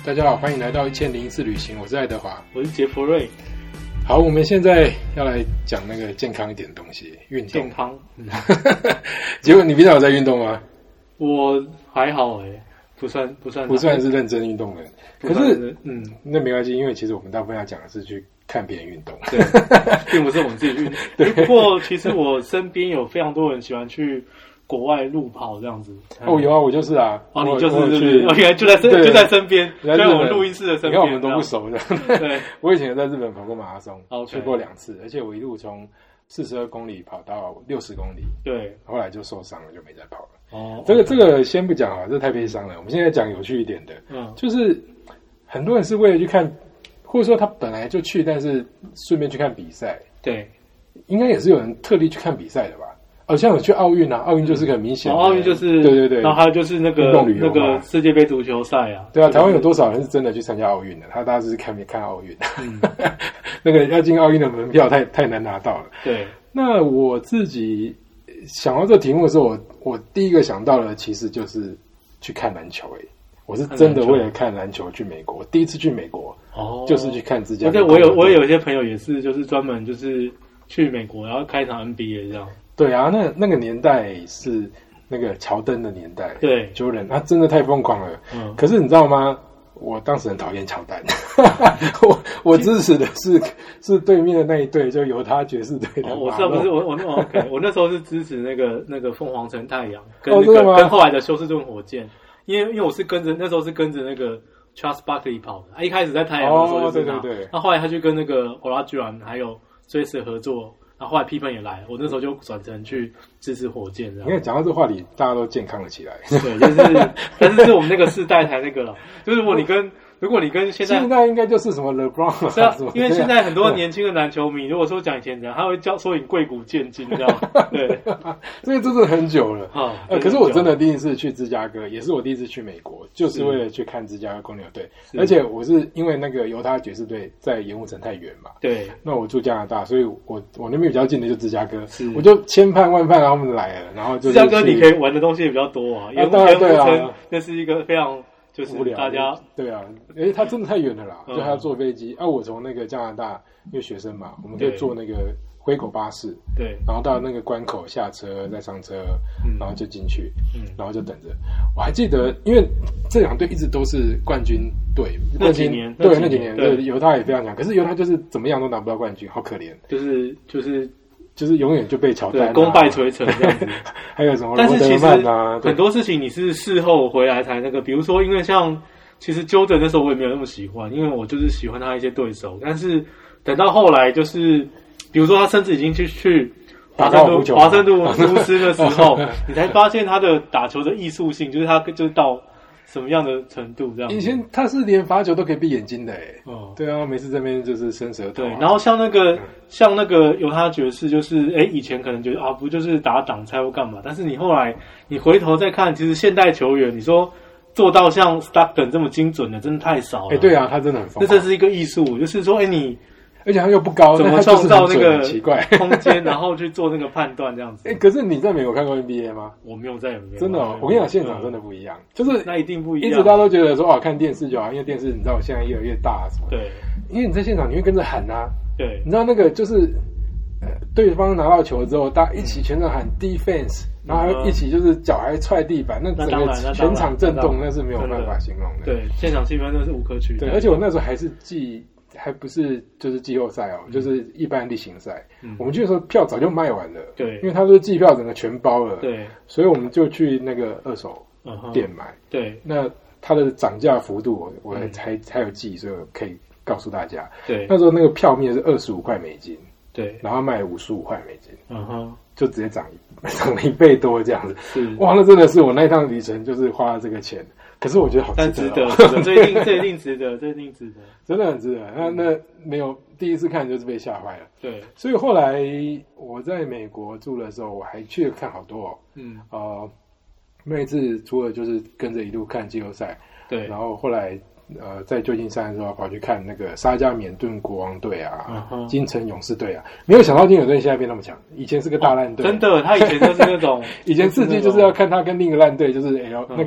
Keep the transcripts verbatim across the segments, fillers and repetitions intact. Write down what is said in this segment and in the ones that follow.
大家好，欢迎来到一千零一次旅行，我是爱德华， 我是杰佛瑞。 好，我们现在要来讲那个健康一点的东西，运动。 健康，嗯、 结果你平常有在运动吗？ 我还好诶、欸，不算不算不算是认真运动的人。可是， 嗯， 那没关系，因为其实我们大部分要讲的是去看别人运动， 对，并不是我们自己运动。不过，其实我身边有非常多人喜欢去国外路跑这样子。 哦，有啊，我就是啊。 哦，你就是是不是？哦，原来就在身就在身边，就在我们录音室的身边。 你看我们都不熟的。 对， 我以前也在日本跑过马拉松， okay. 去过两次，而且我一路从四十二公里跑到六十公里。 对， 后来就受伤了，就没再跑了。 哦， 这个这个先不讲啊，这太悲伤了。我们现在讲有趣一点的，嗯，就是很多人是为了去看，或者说他本来就去，但是顺便去看比赛。 对， 应该也是有人特地去看比赛的吧？好像有去奥运啊，奥运就是个很明显的， 奥运就是对对对， 然后还有就是那个那个世界杯足球赛啊， 对啊，台湾有多少人是真的去参加奥运的？他大家是看看奥运，嗯、那个要进奥运的门票太太难拿到了。 对， 那我自己想到这个题目的时候，我我第一个想到的其实就是去看篮球、欸。我是真的为了看篮球去美国，我第一次去美国，哦，就是去看芝加哥。 我有我有一些朋友也是，就是专门就是去美国，然后开一场 N B A 这样。 对啊，那那个年代是那个乔丹的年代， 对 ，Jordan， 他真的太疯狂了。嗯，可是你知道吗？我当时很讨厌乔丹，我我支持的是是对面的那一队，就犹他爵士队的、哦。 我知道不是我我我 OK， 我那时候是支持那个那个凤凰城太阳跟那个、哦、跟后来的休斯顿火箭，因为因为我是跟着那时候是跟着那个 Charles Barkley 跑的，他一开始在太阳的时候就是他， 哦、对对对， 那后来他就跟那个 Olajuwon 还有 Tracer 合作。然后后来批判也来，我那时候就转成去支持火箭这样。 因为讲到这个话题，大家都健康了起来。 对，就是，但是是我们那个世代才那个了。就是如果你跟如果你跟现在现在应该就是什么 LeBron， 对啊，因为现在很多年轻的篮球迷，如果说讲以前这样，他会教说你贵古见今这样。对， 所以这是很久了啊、 呃。可是我真的第一次去芝加哥，也是我第一次去美国，就是为了去看芝加哥公牛队。而且我是因为那个犹他爵士队在盐湖城太远嘛， 对， 那我住加拿大，所以我我那边比较近的就芝加哥，我就千盼万盼他们来了，然后就芝加哥你可以玩的东西也比较多啊，盐湖城那是一个非常。就是大家对啊，因为他真的太远了啦，嗯、就还要坐飞机。啊，我从那个加拿大，因为学生嘛，我们可以坐那个灰狗巴士， 对， 然后到那个关口下车，再上车，嗯、然后就进去，嗯，然后就等着。我还记得，因为这两队一直都是冠军队， 那几年， 对那几年，对犹他也非常强，可是犹他就是怎么样都拿不到冠军，好可怜， 就是就是。 就是永远就被乔丹、啊、 功败垂成这样子， 还有什么罗德曼啊， 很多事情你是事后回来才那个，比如说，因为像其实 Jordan 那时候我也没有那么喜欢，因为我就是喜欢他一些对手，但是等到后来就是，比如说他甚至已经去去华盛顿华盛顿巫师的时候，你才发现他的打球的艺术性，就是他就是到。什么样的程度这样？ 以前他是连罚球都可以闭眼睛的哎、欸，哦，对啊，每次这边就是伸舌头、啊。 对，然后像那个、嗯、像那个犹他爵士，就是哎，以前可能觉得啊，不就是打挡拆或干嘛？但是你后来你回头再看，其实现代球员，你说做到像 Stockton 这么精准的，真的太少了。 哎，对啊，他真的很疯狂。 那这是一个艺术，就是说，哎你。 而且他又不高， 怎么创造那个奇怪空间，然后去做那个判断这样子？ 哎、欸，可是你在美国看过 N B A 吗？ 我没有在美国， 真的、哦，我跟你讲，现场真的不一样，就是那一定不一样。 一直大家都觉得说，哦，看电视就好，因为电视你知道现在越来越大什么？ 对， 因为你在现场你会跟着喊啊， 对， 你知道那个就是呃，对方拿到球之后，大家一起全场喊 defense，、嗯、然后一起就是脚还踹地板，那整个全场震动，那是没有办法形容的。 对，现场气氛真的是无可取代。 对，而且我那时候还是记。还不是就是季后赛哦、嗯，就是一般例行赛、嗯。我们去的时候票早就卖完了， 对， 因为他说季票整个全包了， 对， 所以我们就去那个二手店买。 嗯、对， 那它的涨价幅度我我还、嗯、还有记，所以我可以告诉大家。 对， 那时候那个票面是二十五块美金， 对， 然后卖五十五块美金， 嗯哼， 就直接涨涨了一倍多这样子。 是， 哇，那真的是我那一趟旅程就是花了这个钱。可是我觉得好值得、哦， 但值得，这一定这一定值得，这一定值得， 真的很值得。那那没有第一次看就是被吓坏了， 对。 所以后来我在美国住的时候，我还去看好多、哦，嗯，呃，那一次除了就是跟着一路看季后赛， 对， 然后后来呃在旧金山的时候跑去看那个沙加缅顿国王队啊，嗯、金城勇士队啊，没有想到金城队现在变那么强，以前是个大烂队、 哦，真的，他以前就是那种， 以前刺激就是要看他跟另一个烂队，就是 L、嗯、那个。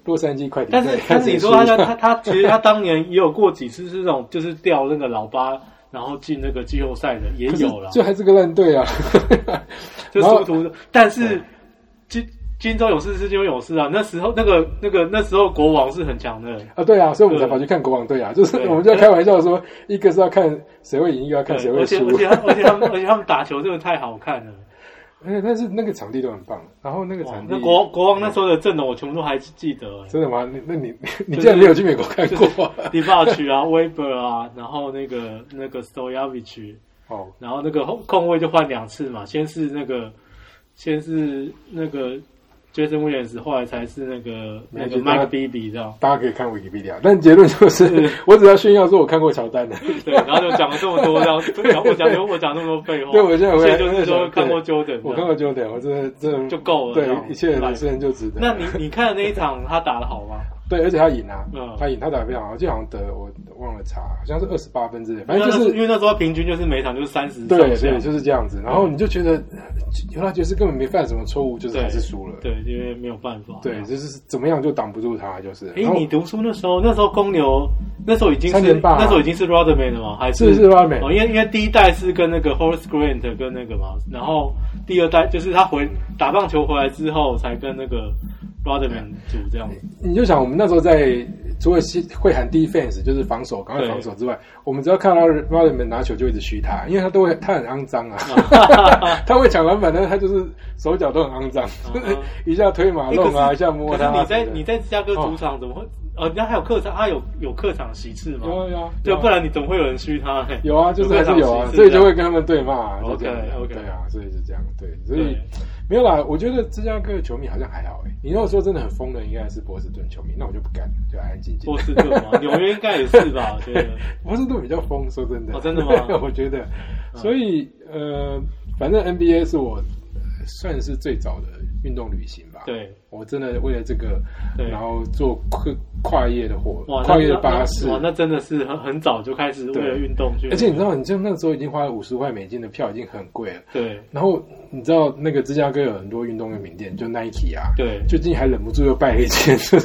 洛杉矶快艇。 但是但是你说他他他其实他当年也有过几次是那种就是调那个老八，然后进那个季后赛的也有啦， 就还是个烂队啊， 就殊途。但是金金州勇士是金州勇士啊，那时候那个那个那时候国王是很强的啊，对啊，所以我们才跑去看国王队啊，就是我们就开玩笑说，一个是要看谁会赢，一个要看谁会输， 而且而且他们而且他们打球真的太好看了。 哎，但是那个场地都很棒，然后那个场地， 那国国王那时候的阵容我全部都还记得、欸。 真的吗？你那你你竟然没有去美国看过、啊？ 迪巴曲啊 ，Weber 啊，然后那个那个 Stojanovich 哦，然后那个控卫就换两次嘛，先是那个先是那个 Jason Williams， 后来才是那个那个 Mike Bibby 这样。 大家可以看 Wikipedia， 但结论就是，我只要炫耀说我看过乔丹的。 对，然后就讲了这么多，然后我讲我讲那么多废话。 对，我现在现在就是说看过 Jordan， 我看过 Jordan， 我真的真的就够了。 对，一切人生就值得。 那你你看的那一场他打得好吗？ 对，而且他赢啊，嗯、他赢，他打得非常好，就好像得我忘了查，好像是二十八分之类，反正就是因为那时候平均就是每场就是三十， 对对，就是这样子。然后你就觉得犹他爵士根本没犯什么错误，就是还是输了， 对，因为没有办法， 对，就是怎么样就挡不住他，就是。 哎，你读书那时候，那时候公牛那时候已经是那时候已经是 Rodman 了吗？还是是 Rodman？ 哦，因为因为第一代是跟那个 Horace Grant 跟那个嘛，然后第二代就是他回打棒球回来之后才跟那个 Rodman 组这样子。 你就想我们那时候在。除了会喊 defense 就是防守，赶快防守之外，我们只要看到 Rodman 拿球就一直嘘他，因为他都会他很肮脏啊，他会抢篮板，但是他就是手脚都很肮脏，就是一下推马龙啊，一下摸他。 可是你在你在芝加哥主场怎么会？哦，人家还有客场，他有有客场席次吗？ 有有， 对，不然你怎么会有人嘘他？ 有啊，就是还是有啊，所以就会跟他们对骂。 OK OK， 对啊，所以是这样，对，所以。没有啦，我觉得芝加哥的球迷好像还好诶、欸。你如果说真的很疯的，应该是波士顿球迷，那我就不敢，就安安静静。 波士顿吗？纽约应该也是吧？我觉得波士顿比较疯，说真的。 哦，真的吗？ 我觉得，所以呃，反正 N B A 是我算是最早的运动旅行吧。 对， 我真的为了这个，然后做跨跨业的活，跨业的巴士。 哇，那真的是很很早就开始为了运动去。 而且你知道，你就那时候已经花了五十块美金的票，已经很贵了。 对。 然后你知道那个芝加哥有很多运动用品店，就 Nike 啊， 对， 最近还忍不住又拜了一件，就是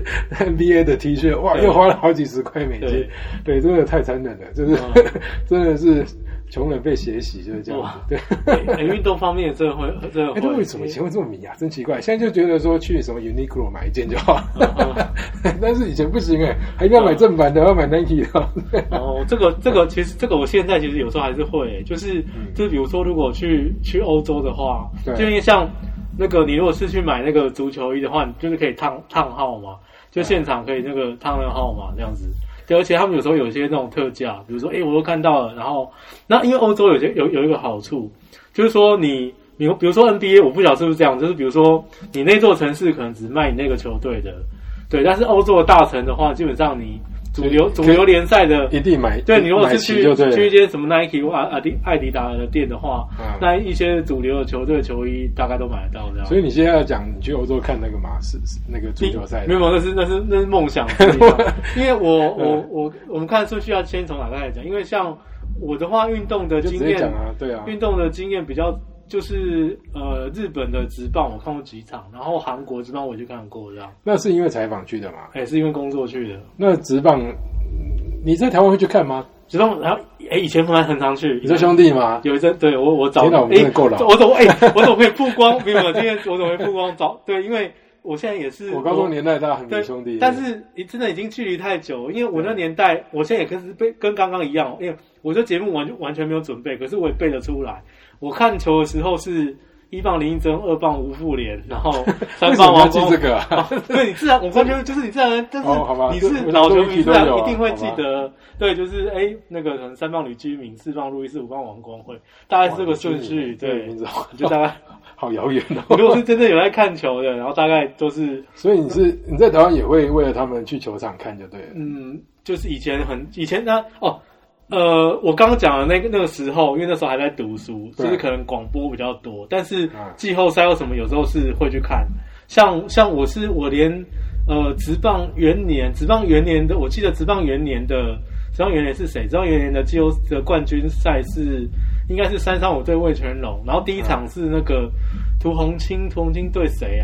N B A 的 T 恤，哇，又花了好几十块美金。对，对，真的太残忍了，就是、嗯、真的是。穷人被血洗就是这样子，对。 欸、运动方面真的会，真的会。 哎、欸，为什么以前会这么迷啊？真奇怪，现在就觉得说去什么 Uniqlo 买一件就好，嗯、但是以前不行哎、欸，还要买正版的，嗯、要买 Nike 的。 哦，这个这个其实这个我现在其实有时候还是会、欸，就是、嗯、就是比如说如果去去欧洲的话，就因为像那个你如果是去买那个足球衣的话，你就是可以烫烫号嘛，就现场可以那个烫那个号码这样子。对，而且他们有时候有些那种特价，比如说，哎，我都看到了，然后，那因为欧洲有些有有一个好处，就是说你你比如说 N B A， 我不晓得是不是这样，就是比如说你那座城市可能只卖你那个球队的，对，但是欧洲的大城的话，基本上你主流主流联赛的一定买， 对，你如果是去去一些什么 Nike 或阿迪艾迪达的店的话，嗯、那一些主流的球队球衣大概都买得到这样。 所以你现在要讲你去欧洲看那个马是那个足球赛， 没有，那是那是那是梦想。因为我我我我们看顺序要先从哪个来讲？因为像我的话，运动的经验， 讲啊，对啊， 运动的经验比较就是呃日本的职棒我看过几场，然后韩国职棒我也去看过这样。 那是因为采访去的嘛？ 哎，是因为工作去的。 那职棒。你在台湾会去看吗？ 职棒，然后哎，以前很很常去。 你说兄弟吗？ 有一阵，对我我找。 天哪，我们真的够老。 我怎么哎，我怎么可以曝光？没有，今天我怎么会曝光？找对，因为我现在也是。 我高中年代大很多兄弟， 但是真的已经距离太久，因为我那年代，我现在也可是被跟刚刚一样，因为我这节目完全完全没有准备，可是我也背得出来。我看球的时候是。一棒林一真，二棒吴富连，然后三棒王光。 为什么要记这个啊？ 对，你自然，我完全就是你自然，但是你是老球迷，自然一定会记得。对，就是哎，那个可能三棒吕居明，四棒路易斯，五棒王光辉，大概是这个顺序。对，你就大概好遥远哦。 如果是真正有在看球的，然后大概都是。 所以你是你在台湾也会为了他们去球场看就对了。 嗯，就是以前很以前呢哦。呃，我刚刚讲的那个那个时候，因为那时候还在读书，就是可能广播比较多，但是季后赛或什么有时候是会去看。像像我是我连呃职棒元年，职棒元年的，我记得职棒元年的职棒元年是谁？职棒元年的季后的冠军赛是应该是三三五对味全龙，然后第一场是那个涂红青，涂红青对谁啊？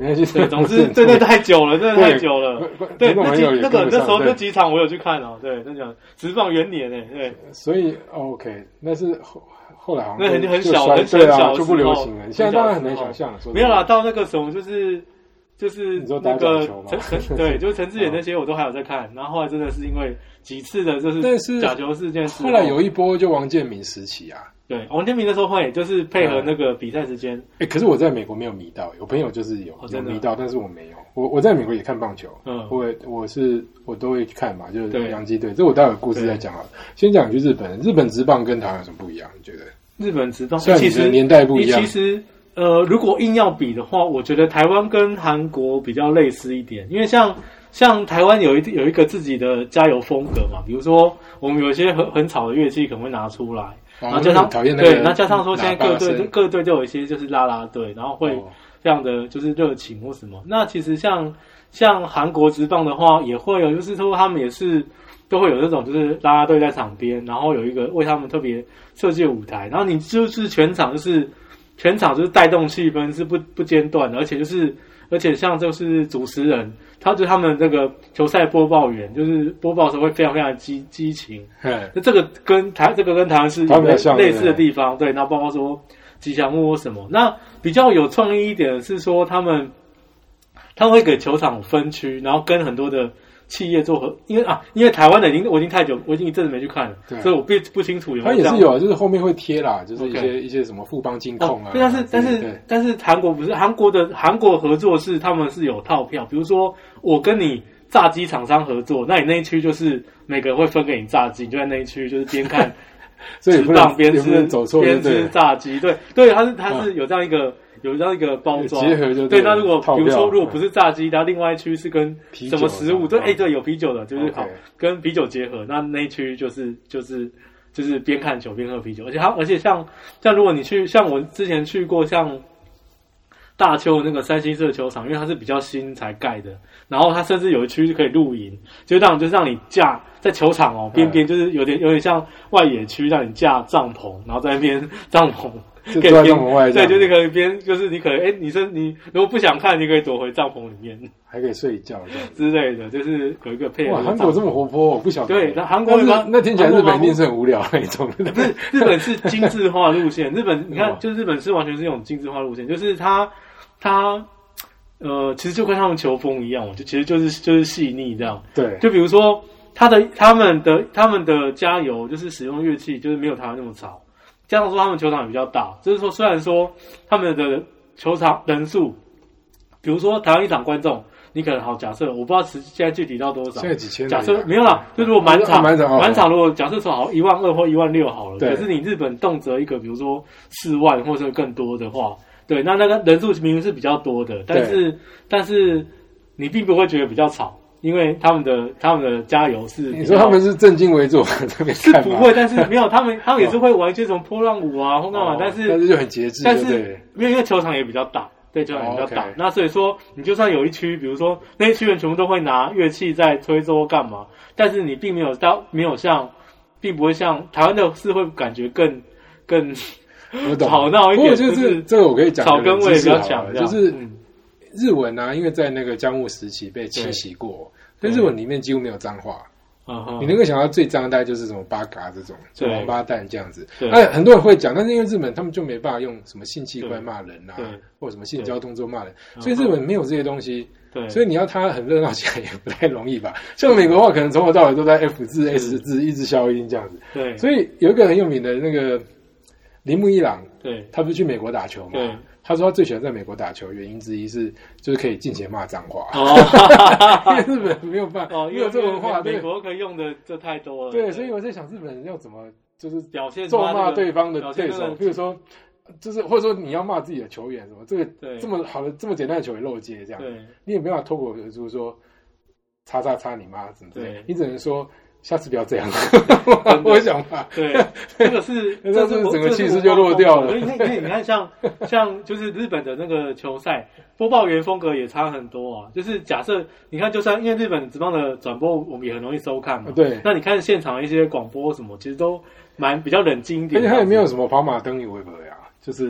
没关系。 对，总之真的太久了，真的太久了。对，那几那个那时候那几场我有去看哦。对，那讲职棒元年诶，对。 所以 OK， 那是后后来好像那很很小很对小就不流行了。现在当然很难想象。 没有啦，到那个时候就是就是那个陈陈对，就是陈志远那些我都还有在看。然后后来真的是因为几次的就是假球事件， 后来有一波就王建民时期啊。 对，王建民的时候会就是配合那个比赛时间。 哎、欸，可是我在美国没有迷到，我朋友就是有、哦、有迷到，但是我没有。我我在美国也看棒球，嗯，我我是我都会看嘛，就是洋基队。这我待会有故事再讲好了。先讲去日本，日本职棒跟台湾有什么不一样？你觉得？ 日本职棒其实年代不一样。 其实呃，如果硬要比的话，我觉得台湾跟韩国比较类似一点，因为像像台湾有一有一个自己的加油风格嘛，比如说我们有一些很很吵的乐器可能会拿出来。然后加上、 哦那个、 对，那加上说现在各队各队就有一些就是啦啦队，然后会非常的就是热情或什么。那其实像像韩国职棒的话，也会有，就是说他们也是都会有这种就是啦啦队在场边，然后有一个为他们特别设计的舞台，然后你就是全场就是全场就是带动气氛是不不间断的，而且就是而且像就是主持人，他就是他们这个球赛播报员，就是播报的时候会非常非常激激情。那这个跟台这个跟台湾是有类似的地方，对。那包括说吉祥物或什么，那比较有创意一点的是说他们他们会给球场分区，然后跟很多的企业做合，因为啊，因为台湾的已经我已经太久，我已经一阵子没去看了，所以我不不清楚有没有。 它也是有，就是后面会贴啦，就是一些、okay. 一些什么富邦金控啊。 哦、但是但是但是韩国不是韩国的韩国合作是他们是有套票，比如说我跟你炸鸡厂商合作，那你那一区就是每个人会分给你炸鸡，你就在那一区就是边看职棒边吃边吃炸鸡，对对，它是它是有这样一个。有这样一个包装结合就对，那如果比如说如果不是炸鸡，然后另外一区是跟什么食物，对，哎、欸、对，有啤酒的，就是好、okay. 跟啤酒结合，那那一区就是就是就是边看球边喝啤酒，而且它而且像像如果你去像我之前去过像大邱那个三星社球场，因为它是比较新才盖的，然后它甚至有一区是可以露营，就让就是让你架在球场哦边边，就是有点有点像外野区，让你架帐篷，然后在那边帐篷。 就坐在帐篷外， 对，就是可以边，就是你可能，哎、欸，你是你如果不想看，你可以躲回帐篷里面， 还可以睡觉这样之类的，就是有一个配合。 哇，韩国这么活泼，我不晓得。 对，那韩国那那听起来日本一定是很无聊那一种。 不是，日本是精致化路线。日本你看，就日本是完全是一种精致化路线，就是它它呃，其实就跟他们球风一样，就其实就是就是细腻这样。 对， 就比如说他的他们的他们的加油，就是使用乐器，就是没有台湾那么吵。加上说他们球场也比较大，就是说虽然说他们的球场人数，比如说台湾一场观众，你可能好假设我不知道现在具体到多少， 现在几千， 假设没有啦，就如果满场满场满场如果假设说好一万二或一万六好了，可是你日本动辄一个比如说四万或者更多的话，对，那那个人数明明是比较多的，但是但是你并不会觉得比较吵。因为他们的他们的加油是， 你说他们是正襟危坐特别是不会，但是没有他们他们也是会玩一些什么波浪舞啊或干嘛，但是但是就很节制， 但是因为因为球场也比较大，对，球场也比较大，那所以说你就算有一区，比如说那一区人全部都会拿乐器在吹奏干嘛，但是你并没有到没有像，并不会像台湾的是会感觉更更吵闹一点， 就是这个我可以讲， 草根味比较强， 就是。日文啊，因为在那个江户时期被侵袭过，所以日文里面几乎没有脏话。你能够想到最脏的大概就是什么八嘎这种，就王八蛋这样子。那很多人会讲，但是因为日本他们就没办法用什么性器官骂人啊，或者什么性交动作骂人，所以日本没有这些东西。对，所以你要他很热闹起来也不太容易吧？像美国的话，可能从头到尾都在 F 字、S 字一直消音这样子。对，所以有一个很有名的那个铃木一郎，对，他不是去美国打球嘛？对。他说他最喜欢在美国打球，原因之一是就是可以尽情骂脏话。哦，因为日本没有办法，哦，因为有这文化， 美国可以用的就太多了。 对，所以我在想日本人要怎么就是表现咒骂对方的对手，比如说就是或者说你要骂自己的球员什么，这个这么好的这么简单的球也漏接这样，你也没办法脱口而出说叉叉叉你妈怎么之类，你只能说。下次不要这样，我想法。 对，这个是， 这是整个气势就落掉了。 你看，你看，像像就是日本的那个球赛播报员风格也差很多啊。就是假设你看，就算因为日本职棒的转播，我们也很容易收看嘛。对。那你看现场一些广播什么，其实都蛮比较冷静一点。 而且它也没有什么跑马灯，有微博呀，就是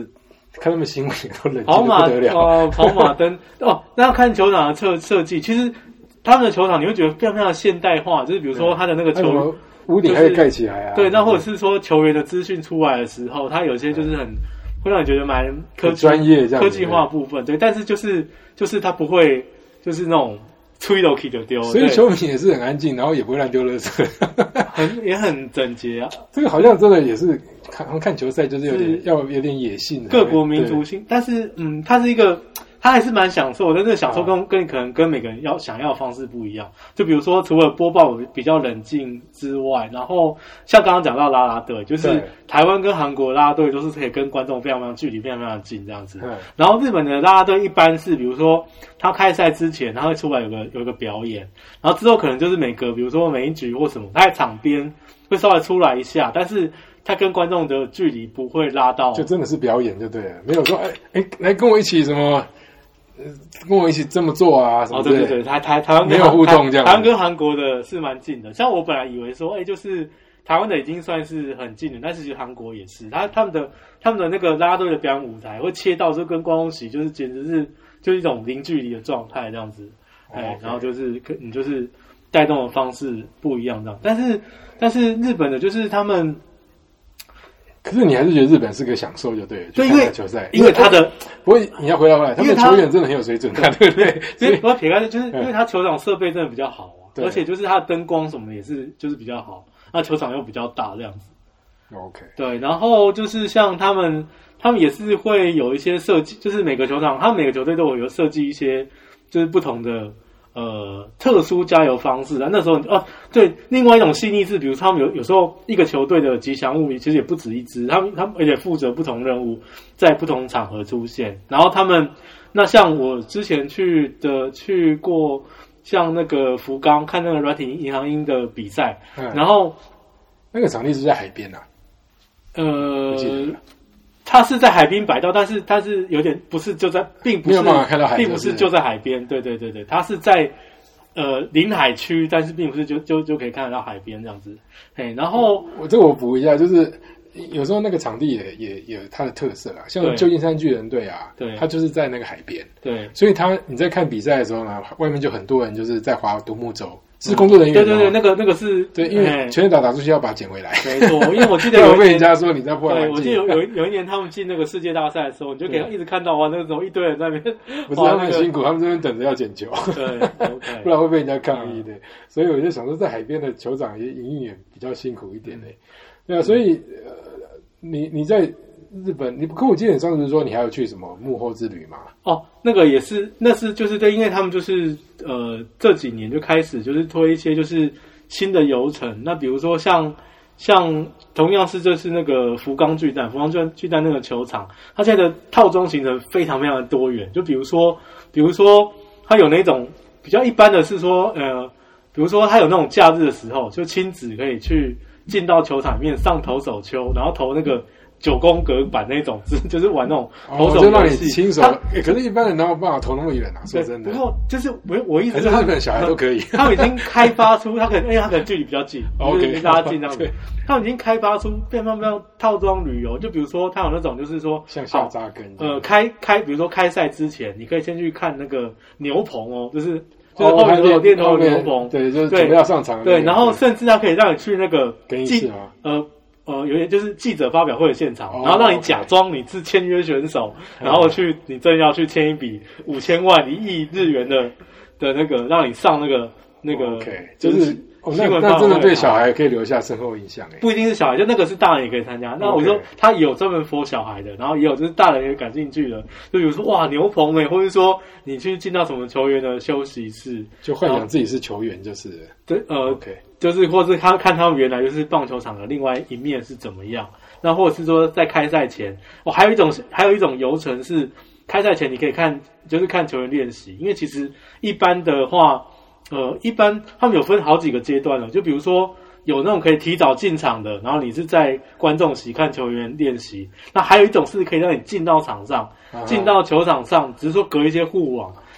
看他们新闻都冷跑马不得了， 哦，跑马灯哦，那要看球场的设设计，其实他们的球场你会觉得非常非常现代化，就是比如说他的那个球屋顶还可以盖起来啊， 对，那或者是说球员的资讯出来的时候，他有些就是很会让你觉得蛮科技专业这样科技化部分，对，但是就是就是他不会就是那种吹都 k 的丢， 所以球迷也是很安静，然后也不会乱丢垃圾， 很也很整洁啊。 这个好像真的也是看看球赛就是有点要有点野性的， 各国民族性，但是嗯，它是一个。他还是蛮享受的，但是享受跟、啊、跟可能跟每个人要想要的方式不一样。就比如说，除了播报比较冷静之外，然后像刚刚讲到啦啦队，就是台湾跟韩国啦啦队都是可以跟观众非常非常距离非常非常近这样子。然后日本的啦啦队一般是，比如说他开赛之前，他会出来有个有一个表演，然后之后可能就是每个比如说每一局或什么，他在场边会稍微出来一下，但是他跟观众的距离不会拉到， 就真的是表演就对了，没有说哎哎来跟我一起什么。跟我一起这么做啊什么的。 哦，对对对，台台台湾没有互动这样。 台湾跟韩国的是蛮近的，像我本来以为说，哎、欸，就是台湾的已经算是很近了，但是其实韩国也是，他他们的他们的那个啦啦队的表演舞台会切到就跟观众席，就是简直是就是一种零距离的状态这样子，哎、哦 okay ，然后就是你就是带动的方式不一样这样，但是但是日本的就是他们。 可是你还是觉得日本是个享受就对了， 对，因为球赛， 因为他的， 不过你要回来回来，他们的球员真的很有水准，对不对？ 所以我要撇开，就是因为他球场设备真的比较好啊，而且就是他的灯光什么也是就是比较好，那球场又比较大这样子。 OK， 对，然后就是像他们，他们也是会有一些设计，就是每个球场，他们每个球队都有有设计一些就是不同的。呃，特殊加油方式啊，那时候哦，对，另外一种细腻是，比如他们有有时候一个球队的吉祥物其实也不止一支，他们他们而且负责不同任务，在不同场合出现。然后他们那像我之前去的去过，像那个福冈看那个软体银行鹰的比赛，嗯、然后那个场地是在海边啊， 呃。它是在海滨摆到，但是它是有点不是就在，并不是没有办法看到海， 并不是就在海边。对对对对，它是在呃临海区，但是并不是就就就可以看得到海边这样子。嘿，然后我, 我这个我补一下，就是有时候那个场地也也也有它的特色啦，像旧金山巨人队啊，对，它就是在那个海边， 对， 所以他你在看比赛的时候呢，外面就很多人就是在划独木舟。是工作人员、哦嗯， 对对对，那个那个是， 对，因为全垒打打出去要把它捡回来， 没错。因为我记得有被人家说你在破坏环境。 对，我记得有有有一年他们进那个世界大赛的时候，你就可以一直看到哇，那种一堆人在那边， 不是他们很辛苦，他们这边等着要捡球， 对， okay 不然会被人家抗议的。嗯、所以我就想说，在海边的球场也营运也比较辛苦一点嘞。对啊，所以呃，你你在。日本，你可我记得你上次说你还有去什么幕后之旅吗？ 哦，那个也是，那是就是对，因为他们就是呃这几年就开始就是推一些就是新的游程。那比如说像像同样是就是那个福冈巨蛋，福冈巨蛋巨蛋那个球场，它现在的套装行程非常非常的多元。就比如说，比如说它有那种比较一般的是说，呃，比如说它有那种假日的时候，就亲子可以去进到球场里面上投手球，然后投那个。九宫格板那种，就是玩那种投手游戏， 哦、就让你亲手、欸。可是，一般人哪有办法投那么远啊？说真的。 不过，就是我我一直是日本小孩都可以。 他们已经开发出，他可能因为他可能距离比较近，就是离大家近这样子。他们已经开发出非常非常套装旅游，就比如说，他有那种就是说向下扎根。 呃，开开，比如说开赛之前，你可以先去看那个牛棚哦，就是就是后面有电头牛棚， 对，就是准备要上场。 对，然后甚至他可以让你去那个记呃。呃，有点就是记者发表会的现场，哦、然后让你假装你是签约选手，哦、然后去你正要去签一笔五千万一亿日元的的那个，让你上那个那个， okay, 就是新闻、哦、那, 那真的对小孩可以留下深厚印象诶。 不一定是小孩，就那个是大人也可以参加。那我说他有专门 for 小孩的，然后也有就是大人也感兴趣的，就比如说哇牛棚诶，或者说你去进到什么球员的休息室， 就幻想自己是球员就是了。 对，呃。OK。就是或是他看他们原来就是棒球场的另外一面是怎么样，那或者是说在开赛前，哦，还有一种还有一种流程是开赛前你可以看，就是看球员练习，因为其实一般的话，呃，一般他们有分好几个阶段了，就比如说有那种可以提早进场的，然后你是在观众席看球员练习，那还有一种是可以让你进到场上，进到球场上，只是说隔一些护网。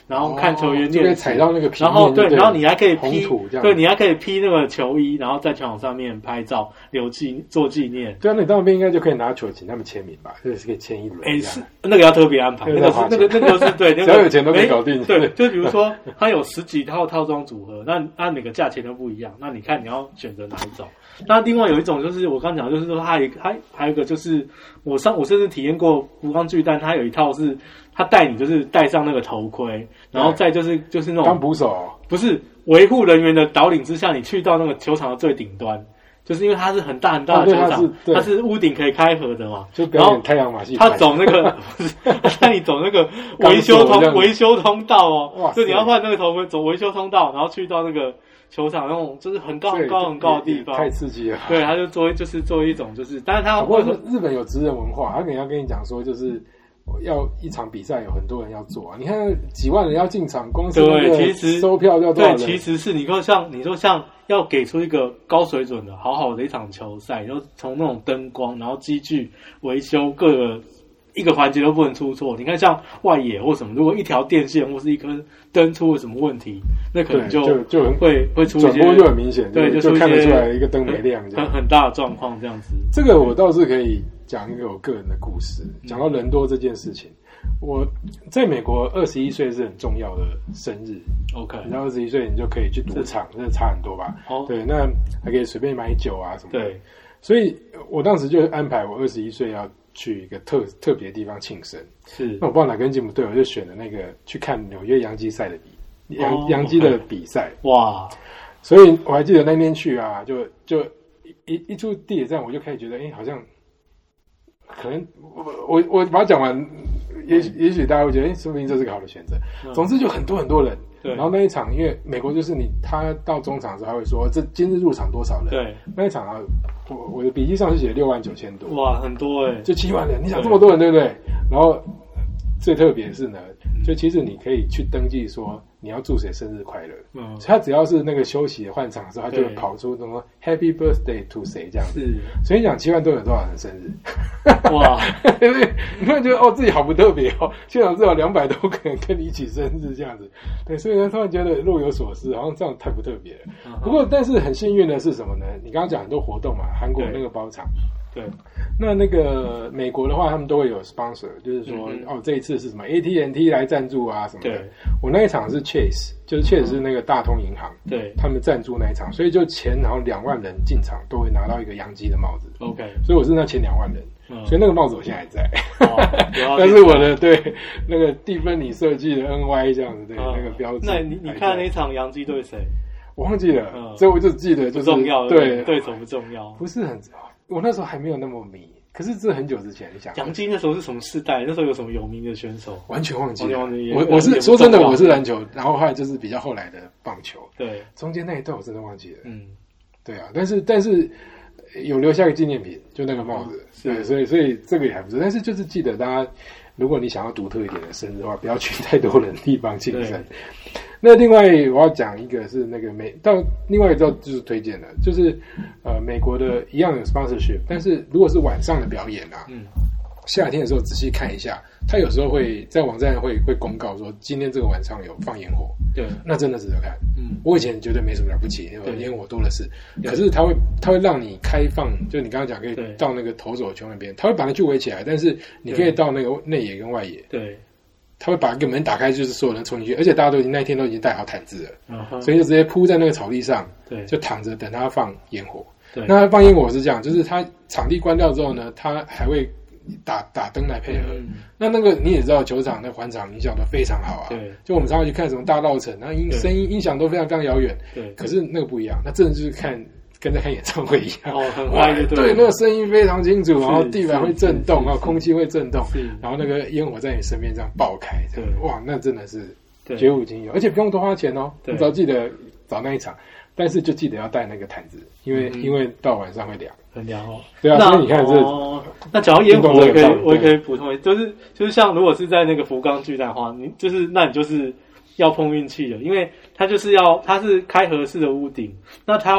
然后看球员练习， 就可以踩到那个平面， 然后对，然后你还可以红披， 土这样， 对，你还可以披那个球衣，然后在球场上面拍照留纪做纪念。 对啊，那你到那边应该就可以拿球请他们签名吧？就是可以签一轮。 哎，是那个要特别安排，那个是那个那个是对，只要有钱都可以搞定。 对，就比如说它有十几套套装组合，那那每个价钱都不一样，那你看你要选择哪一种？那另外有一种就是我刚讲，就是说它有它还有一个就是我上我甚至体验过福冈巨蛋，它有一套是它带你就是戴上那个头盔，然后再就是就是那种当捕手、哦， 不是维护人员的导领之下，你去到那个球场的最顶端。就是因为它是很大很大的球场，哦、它, 它是屋顶可以开合的嘛， 就表演太阳马戏。 他走那个，那你走那个维修通维修通道哦，就你要换那个头盔，走维修通道，然后去到那个球场那种就是很高很高很高的地方， 太刺激了。 对，他就作为就是作为一种就是，但是他不过日本有职人文化，他可能要跟你讲说就是。要一场比赛有很多人要做啊！你看几万人要进场，光是那个收票要多少人？ 对，其实是你说像你说像要给出一个高水准的好好的一场球赛，然后从那种灯光，然后机具维修各个一个环节都不能出错。你看像外野或什么，如果一条电线或是一颗灯出了什么问题，那可能就就就很会会出一些转播就很明显， 对， 就, 就看得出来一个灯没亮这样， 很很大的状况这样子。 这个我倒是可以讲一个我个人的故事，讲到人多这件事情。我在美国二十一岁是很重要的生日 ，OK， 你知道二十一岁你就可以去赌场，这差很多吧？ 哦， 对，那还可以随便买酒啊什么的。 对， 所以我当时就安排我二十一岁要去一个特特别的地方庆生。 是， 那我不知道哪根筋不对，我就选了那个去看纽约洋基赛的比洋、哦、洋基的比赛。 哇！ 所以我还记得那天去啊，就就一一出地铁站，我就开始觉得，哎，好像可能我我我把它讲完。也许也许大家会觉得，哎，说不定这是个好的选择。嗯、总之就很多很多人，然后那一场，因为美国就是你，他到中场的时候他会说，这今日入场多少人？对，那一场啊，我我的笔记上是写六万九千多， 哇，很多哎、欸， 就七万人。你想这么多人，对不对？然后最特别的是呢，就其实你可以去登记说你要祝谁生日快乐，嗯，所以他只要是那个休息换场的时候，他就会跑出什么 Happy Birthday to 谁这样子。是，所以你讲七万多有多少人生日？哇，你会觉得哦自己好不特别哦，现场至少两百多个人跟你一起生日这样子，对，所以呢突然觉得若有所思，好像这样太不特别了。Uh-huh. 不过但是很幸运的是什么呢？你刚刚讲很多活动嘛，韩国那个包场。对，那那个美国的话，他们都会有 sponsor， 就是说、嗯、哦，这一次是什么 A T and T 来赞助啊什么的。对，我那一场是 Chase， 就是 Chase 是那个大通银行，对，他们赞助那一场，所以就前然后两万人进场都会拿到一个洋基的帽子。OK， 所以我是那前两万人，嗯、所以那个帽子我现在还在。哦、但是我的对那个蒂芬尼设计的 N Y 这样子，对、嗯、那个标志。 那你你看那一场洋基对谁？ 我忘记了，嗯、所以我就记得就是不重要， 对对手不重要， 不是很。我那时候还没有那么迷，可是这很久之前，你想， 洋基那时候是什么世代？那时候有什么有名的选手？ 完全忘记了。我我是说真的，我是篮球，然后后来就是比较后来的棒球。对，中间那一段我真的忘记了。嗯，对啊，但是但是有留下一个纪念品，就那个帽子。对，所以所以这个也还不错。但是就是记得大家，如果你想要独特一点的生日的话，不要去太多人的地方庆生。那另外我要讲一个是那个美，到另外一个就是推荐的，就是呃美国的一样有 sponsorship， 但是如果是晚上的表演啊，嗯，夏天的时候仔细看一下，他有时候会在网站会会公告说今天这个晚上有放烟火，对，那真的值得看。嗯，我以前觉得没什么了不起，因为烟火多的是，可是他会他会让你开放，就你刚刚讲可以到那个投手球那边，他会把那区围起来，但是你可以到那个内野跟外野，对。他会把一个门打开，就是所有人冲进去，而且大家都已经那一天都已经带好毯子了， uh-huh. 所以就直接铺在那个草地上，对，就躺着等他放烟火。对，那他放烟火是这样，就是他场地关掉之后呢，他还会打打灯来配合。嗯、那那个你也知道，球场的环场音效都非常好啊。对，就我们常常去看什么大稻埕，那音声音音响都非常非常遥远。对，可是那个不一样，那真的就是看。跟在看演唱会一样，哦，很嗨的，对，那个声音非常清楚，然后地板会震动，然后空气会震动，然后那个烟火在你身边这样爆开，这样哇，那真的是绝无仅有，而且不用多花钱哦，你只要记得找那一场，但是就记得要带那个毯子，因为、嗯、因为到晚上会凉，很凉哦。对啊，所以你看这，哦、那讲到烟火，我也可以，我也可以补充，就是就是像如果是在那个福冈巨蛋的话，你就是那你就是要碰运气的，因为它就是要它是开合式的屋顶，那它要。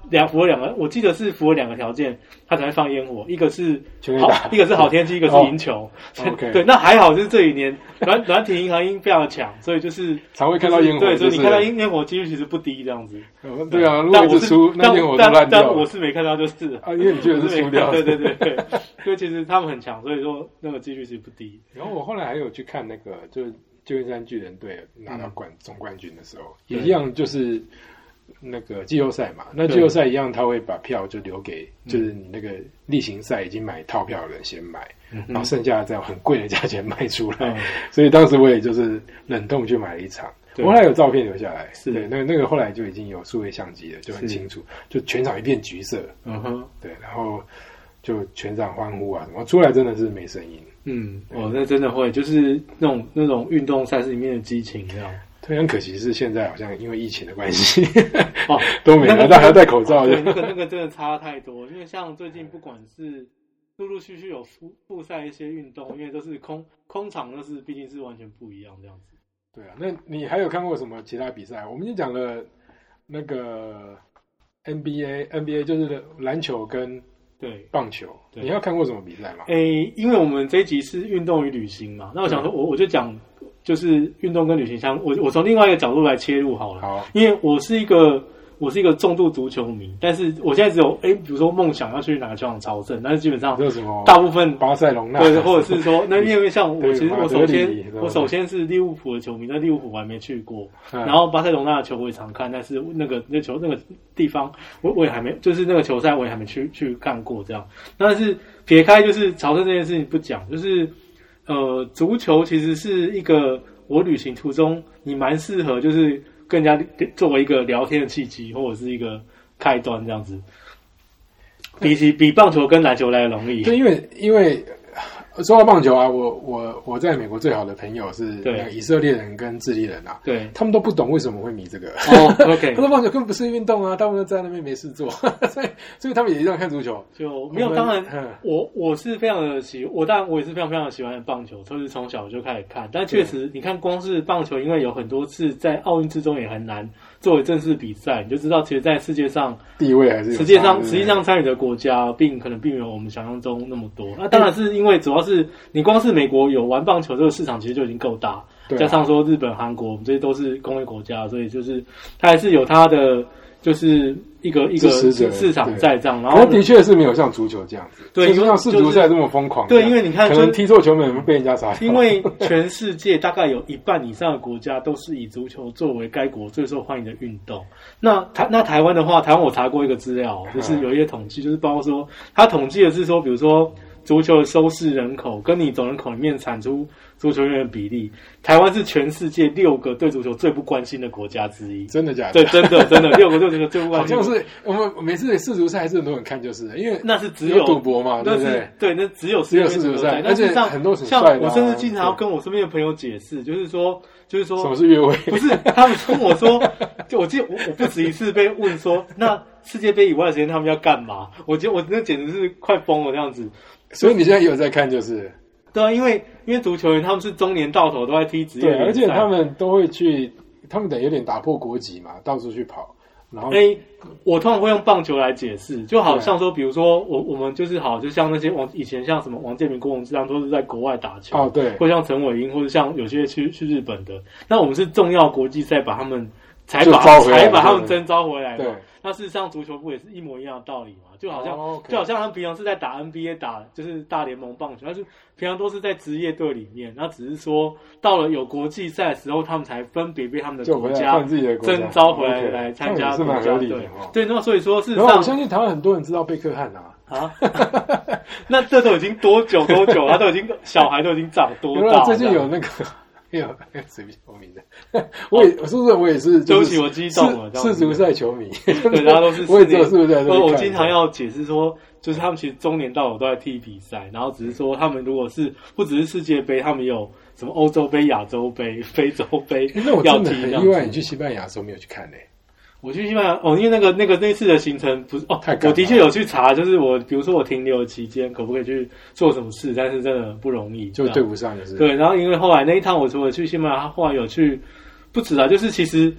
两符合两个，我记得是符合两个条件，它才会放烟火，一个是好，一个是好天气，一个是赢球。 哦、okay. 对，那还好，就是这几年软软体银行音非常的强，所以就是常会看到烟火。 对，所以你看到烟烟火几率其实不低，这样子。 嗯、对啊，如果一直输，那烟火都烂掉了。 但我是没看到，就是啊，因为你觉得是输掉。 对对对对，因为其实他们很强，所以说那个几率是不低。 然后我后来还有去看那个，就是旧金山巨人队拿到冠、嗯、总冠军的时候，也一样就是。那个季后赛嘛，那季后赛一样，他会把票就留给，就是你那个例行赛已经买套票的人先买，嗯、然后剩下再用很贵的价钱卖出来。嗯、所以当时我也就是冷冻去买了一场，我后来有照片留下来，是对，那那个后来就已经有数位相机了，就很清楚，就全场一片橘色，嗯哼，对，然后就全场欢呼啊，什么出来真的是没声音， 嗯，哦，那真的会，就是那种那种运动赛事里面的激情这样。 非常可惜是现在好像因为疫情的关系，哦，都没了，但还要戴口罩。 对，那个那个真的差太多。因为像最近不管是陆陆续续有复复赛一些运动，因为都是空空场，那是毕竟是完全不一样这样子。 对啊，那你还有看过什么其他比赛？我们已经讲了那个 N B A，N B A 就是篮球跟对棒球。你还有看过什么比赛吗？ 诶，因为我们这一集是运动与旅行嘛，那我想说我，我我就讲。就是运动跟旅行相，我我从另外一个角度来切入好了。好，因为我是一个我是一个重度足球迷，但是我现在只有哎，比如说梦想要去哪个球场朝圣，但是基本上大部分巴塞隆纳， 对，或者是说那因为像我其实我首先我首先是利物浦的球迷，那利物浦我还没去过，然后巴塞隆纳的球我也常看，但是那个那球那个地方我我也还没，就是那个球赛我也还没去去看过这样。但是撇开就是朝圣这件事情不讲，就是。呃，足球其实是一个我旅行途中你蛮适合，就是跟人家作为一个聊天的契机，或者是一个开端这样子。比起比棒球跟篮球来的容易。 对，因为因为说到棒球啊，我我我在美国最好的朋友是那个以色列人跟智利人啊， 对， 他们都不懂为什么会迷这个。 哦 ，OK， 他说棒球根本不是运动啊，他们都在那边没事做，所以所以他们也一样看足球。 就没有，当然，嗯、我我是非常的喜，我当然我也是非常非常的喜欢棒球，就是从小就开始看。但确实，你看光是棒球，因为有很多次在奥运之中也很难作为正式比赛，你就知道，其实，在世界上地位还是有实际上实际上参与的国家，并可能并没有我们想象中那么多。那当然是因为主要是你光是美国有玩棒球这个市场，其实就已经够大，啊、加上说日本、韩国，我们这些都是工业国家，所以就是它还是有它的就是一个一个市场在这样。然后的确是没有像足球这样子，对，就像世足赛这么疯狂。 对，因为你看， 可能踢错球门被人家杀。 因为全世界大概有一半以上的国家都是以足球作为该国最受欢迎的运动。那台那台湾的话，台湾我查过一个资料，就是有一些统计，就是包括说，他统计的是说，比如说。足球的收视人口跟你总人口里面产出足球员的比例，台湾是全世界六个对足球最不关心的国家之一。 真的假的？ 对，真的真的六个对足球最不关心。 好像是我们每次世足赛还是很多人看，就是因为那是只有赌博嘛，对不对？ 对，那只有只有世足赛，而且很多像我甚至经常要跟我身边的朋友解释，就是说，就是说什么是越位？ 不是他们跟我说，就我记得我我不止一次被问说，那世界杯以外的时间他们要干嘛？我觉得我那简直是快疯了这样子。 所以你现在也有在看，就是对啊，因为因为足球员他们是中年到头都在踢职业联赛， 对，而且他们都会去，他们等于有点打破国籍嘛，到处去跑。然后， 哎，我通常会用棒球来解释，就好像说，比如说我我们就是好，就像那些王以前像什么王建民、郭泓志，他们都是在国外打球， 哦，对， 或像陈伟英，或者像有些去去日本的，那我们是重要国际赛把他们才把才把他们征召回来嘛。那事实上，足球部也是一模一样的道理嘛，就好像、oh, okay. 就好像他们平常是在打 N B A 打就是大联盟棒球，但是平常都是在职业队里面，那只是说到了有国际赛的时候，他们才分别被他们的国家征召回来来参加国家队。对，那所以说事实上， 我相信台湾很多人知道贝克汉啊。 啊，那这都已经多久多久他都已经小孩都已经长多大？ 最近有那个。没有，随便球迷的，我也是不是我也是， 对不起，我激动了。 世足赛球迷， 对，大家都是。 我也知道是不是在这里看。 我经常要解释说，就是他们其实中年到头都在踢比赛，然后只是说他们如果是不只是世界杯，他们有什么欧洲杯、亚洲杯、非洲杯。 那我真的很意外，你去西班牙的时候没有去看呢、欸？ 我去西班牙哦，因为那个那个那次的行程不是哦，我的确有去查，就是我比如说我停留期间可不可以去做什么事，但是真的不容易， 就对不上，就是对。然后因为后来那一趟，我除了去西班牙，后来有去不止啊，就是其实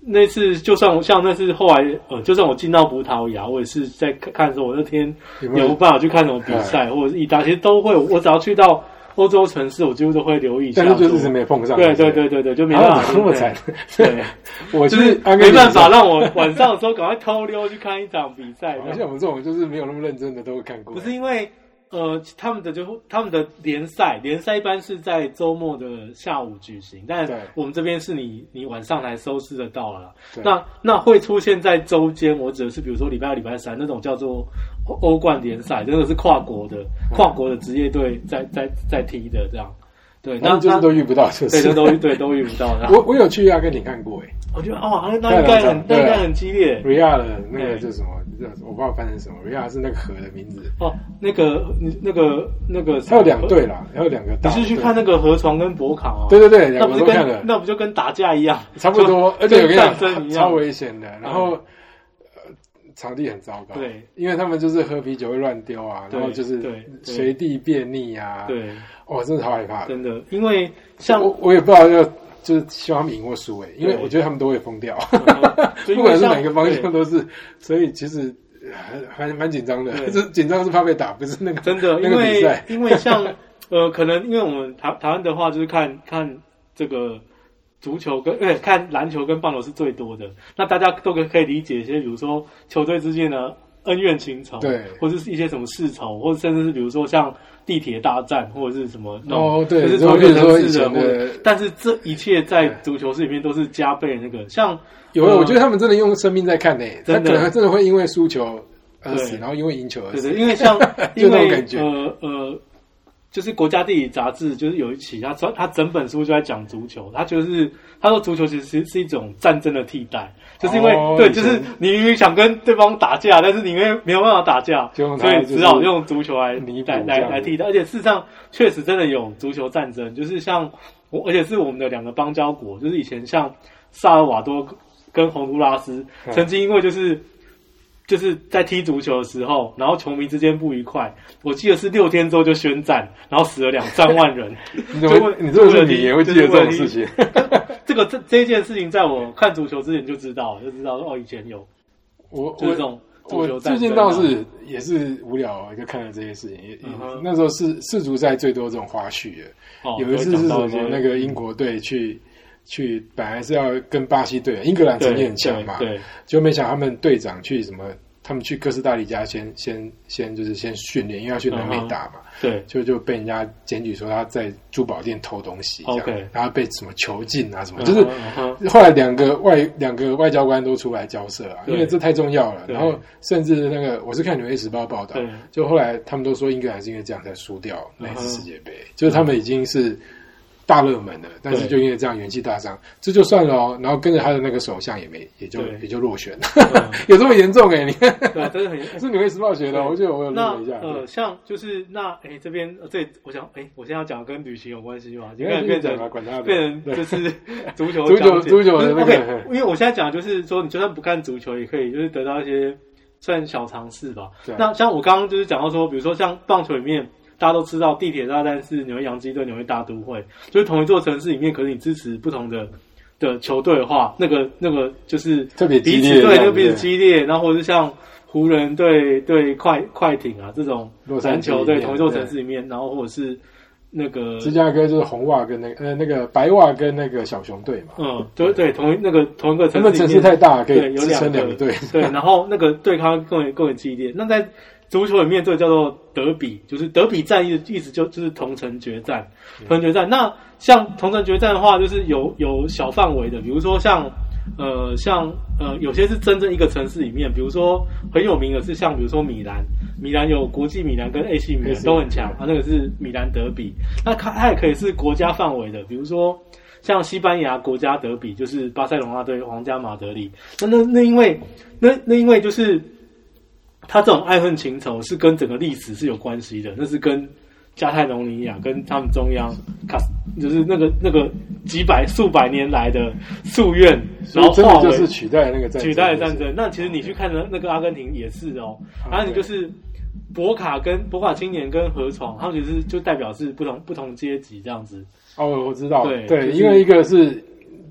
那次就算我像那次后来呃，就算我进到葡萄牙，我也是在看的时候，我那天有没有办法去看什么比赛，或者是意大利，其实都会。我只要去到欧洲城市，我几乎都会留意一下。 但是就是没碰上。 对对对对对，就没办法那么惨。 对， 我就是没办法让我晚上的时候赶快偷溜去看一场比赛。 像我们这种就是没有那么认真的都会看过。 不是因为。呃，他们的就他们的联赛，联赛一般是在周末的下午举行，但我们这边是你你晚上才收视得到了。那那会出现在周间，我指的是比如说礼拜二、礼拜三那种叫做欧冠联赛，真的是跨国的、嗯、跨国的职业队在在在踢的这样。对，那就是都遇不到，就是对，都对都遇不到。 我我有去阿根廷看过诶， 我觉得哦，那应该很那应该很激烈。 瑞亚的那个叫什么？我不知道翻成什么。瑞亚是那个河的名字哦，那个那个那个， 它有两队啦，还有两个大。 你是去看那个河床跟博卡哦？ 对对对， 那不是跟那不就跟打架一样？ 差不多，而且我跟你讲， 超危险的。然后。场地很糟糕， 对， 因为他们就是喝啤酒会乱丢啊，然后就是随地便溺啊， 对， 哦，真的超害怕的， 真的，因为像我我也不知道要就是希望他们赢或输诶，因为我觉得他们都会疯掉，不管是哪个方向都是，所以其实还蛮蛮紧张的，就是紧张是怕被打，不是那个真的， 那个比赛， 因为像呃，可能因为我们台台湾的话，就是看看这个。足球跟呃看篮球跟棒球是最多的，那大家都可以理解一些，比如说球队之间的恩怨情仇， 对， 或者是一些什么世仇，或者甚至是比如说像地铁大战，或者是什么那种，哦，对， 就是同一个城市的， 的，但是这一切在足球室里面都是加倍那个，像有，呃、我觉得他们真的用生命在看呢，他可能真的会因为输球而死，然后因为赢球而死， 对对，因为像就那种感觉， 呃呃。就是国家地理杂志，就是有一期，他他整本书就在讲足球，他就是他说足球其实是一种战争的替代，就是因为、哦、对，就是你明明想跟对方打架，但是你没没有办法打架，所以只好用足球来来来来替代，而且事实上确实真的有足球战争，就是像我，而且是我们的两个邦交国，就是以前像萨尔瓦多跟洪都拉斯，曾经因为就是。就是在踢足球的时候，然后球迷之间不愉快，我记得是六天之后就宣战，然后死了两三万人。 你怎么你这么是你也会记得这种事情？ 这个这这一件事情，在我看足球之前就知道，就知道哦，以前有我这种足球战争。 我最近倒是也是无聊，就看了这些事情。也嗯、那时候是世足赛最多这种花絮的，哦、有一次是什么那个英国队去。去本来是要跟巴西队，英格兰曾经很强嘛， 对， 就没想他们队长去什么，他们去哥斯达黎加先先先就是先训练，因为要去南美打嘛， 对， 就就被人家检举说他在珠宝店偷东西，这样 ，okay. 然后被什么囚禁啊什么，就是后来两个外两个外交官都出来交涉啊，因为这太重要了，然后甚至那个我是看《纽约时报》报道，就后来他们都说英格兰是因为这样才输掉那一次世界杯，就是他们已经是。大热门的，但是就因为这样元气大伤，这就算了哦。然后跟着他的那个首相也没，也就也就落选了，嗯、有这么严重哎、欸？你看， 对，真的很严重。 是《纽约时报》学的，我记得我有录了一下。 呃，像就是那哎这边呃这我想哎，我现在要讲跟旅行有关系嘛？ 你看变成管他变成就是足球足球足球的那个， 因为我现在讲就是说，你就算不看足球也可以，就是得到一些算小常识吧。那像我刚刚就是讲到说，比如说像棒球里面。大家都知道地铁大战是纽约洋基队、纽约大都会，就是同一座城市里面，可是你支持不同的的球队的话，那个那个就是特别激烈， 对，那个彼此激烈，然后或者是像湖人对对快快艇啊这种篮球队同一座城市里面，然后或者是那个芝加哥就是红袜跟那个呃那个白袜跟那个小熊队嘛， 嗯，对对，同一那个同一个城市里面， 他们城市太大，可以支撑两个队， 对，然后那个对抗更为更为激烈。那在足球里面这个叫做德比，就是德比战意意思就就是同城决战，同城决战。那像同城决战的话，就是有有小范围的，比如说像呃像呃有些是真正一个城市里面，比如说很有名的是像比如说米兰，米兰有国际米兰跟 A C 米兰都很强啊，那个是米兰德比。那它它也可以是国家范围的，比如说像西班牙国家德比，就是巴塞隆纳对皇家马德里。那那那因为那那因为就是。他这种爱恨情仇是跟整个历史是有关系的，那是跟加泰隆尼亚跟他们中央卡，就是那个那个几百数百年来的夙愿，然后化为就是取代那个战争取代的战争。那其实你去看的那个阿根廷也是哦，阿根廷就是博卡跟博卡青年跟河床，他们其实就代表是不同不同阶级这样子。 哦，我知道， 对对， 就是、 因为一个是。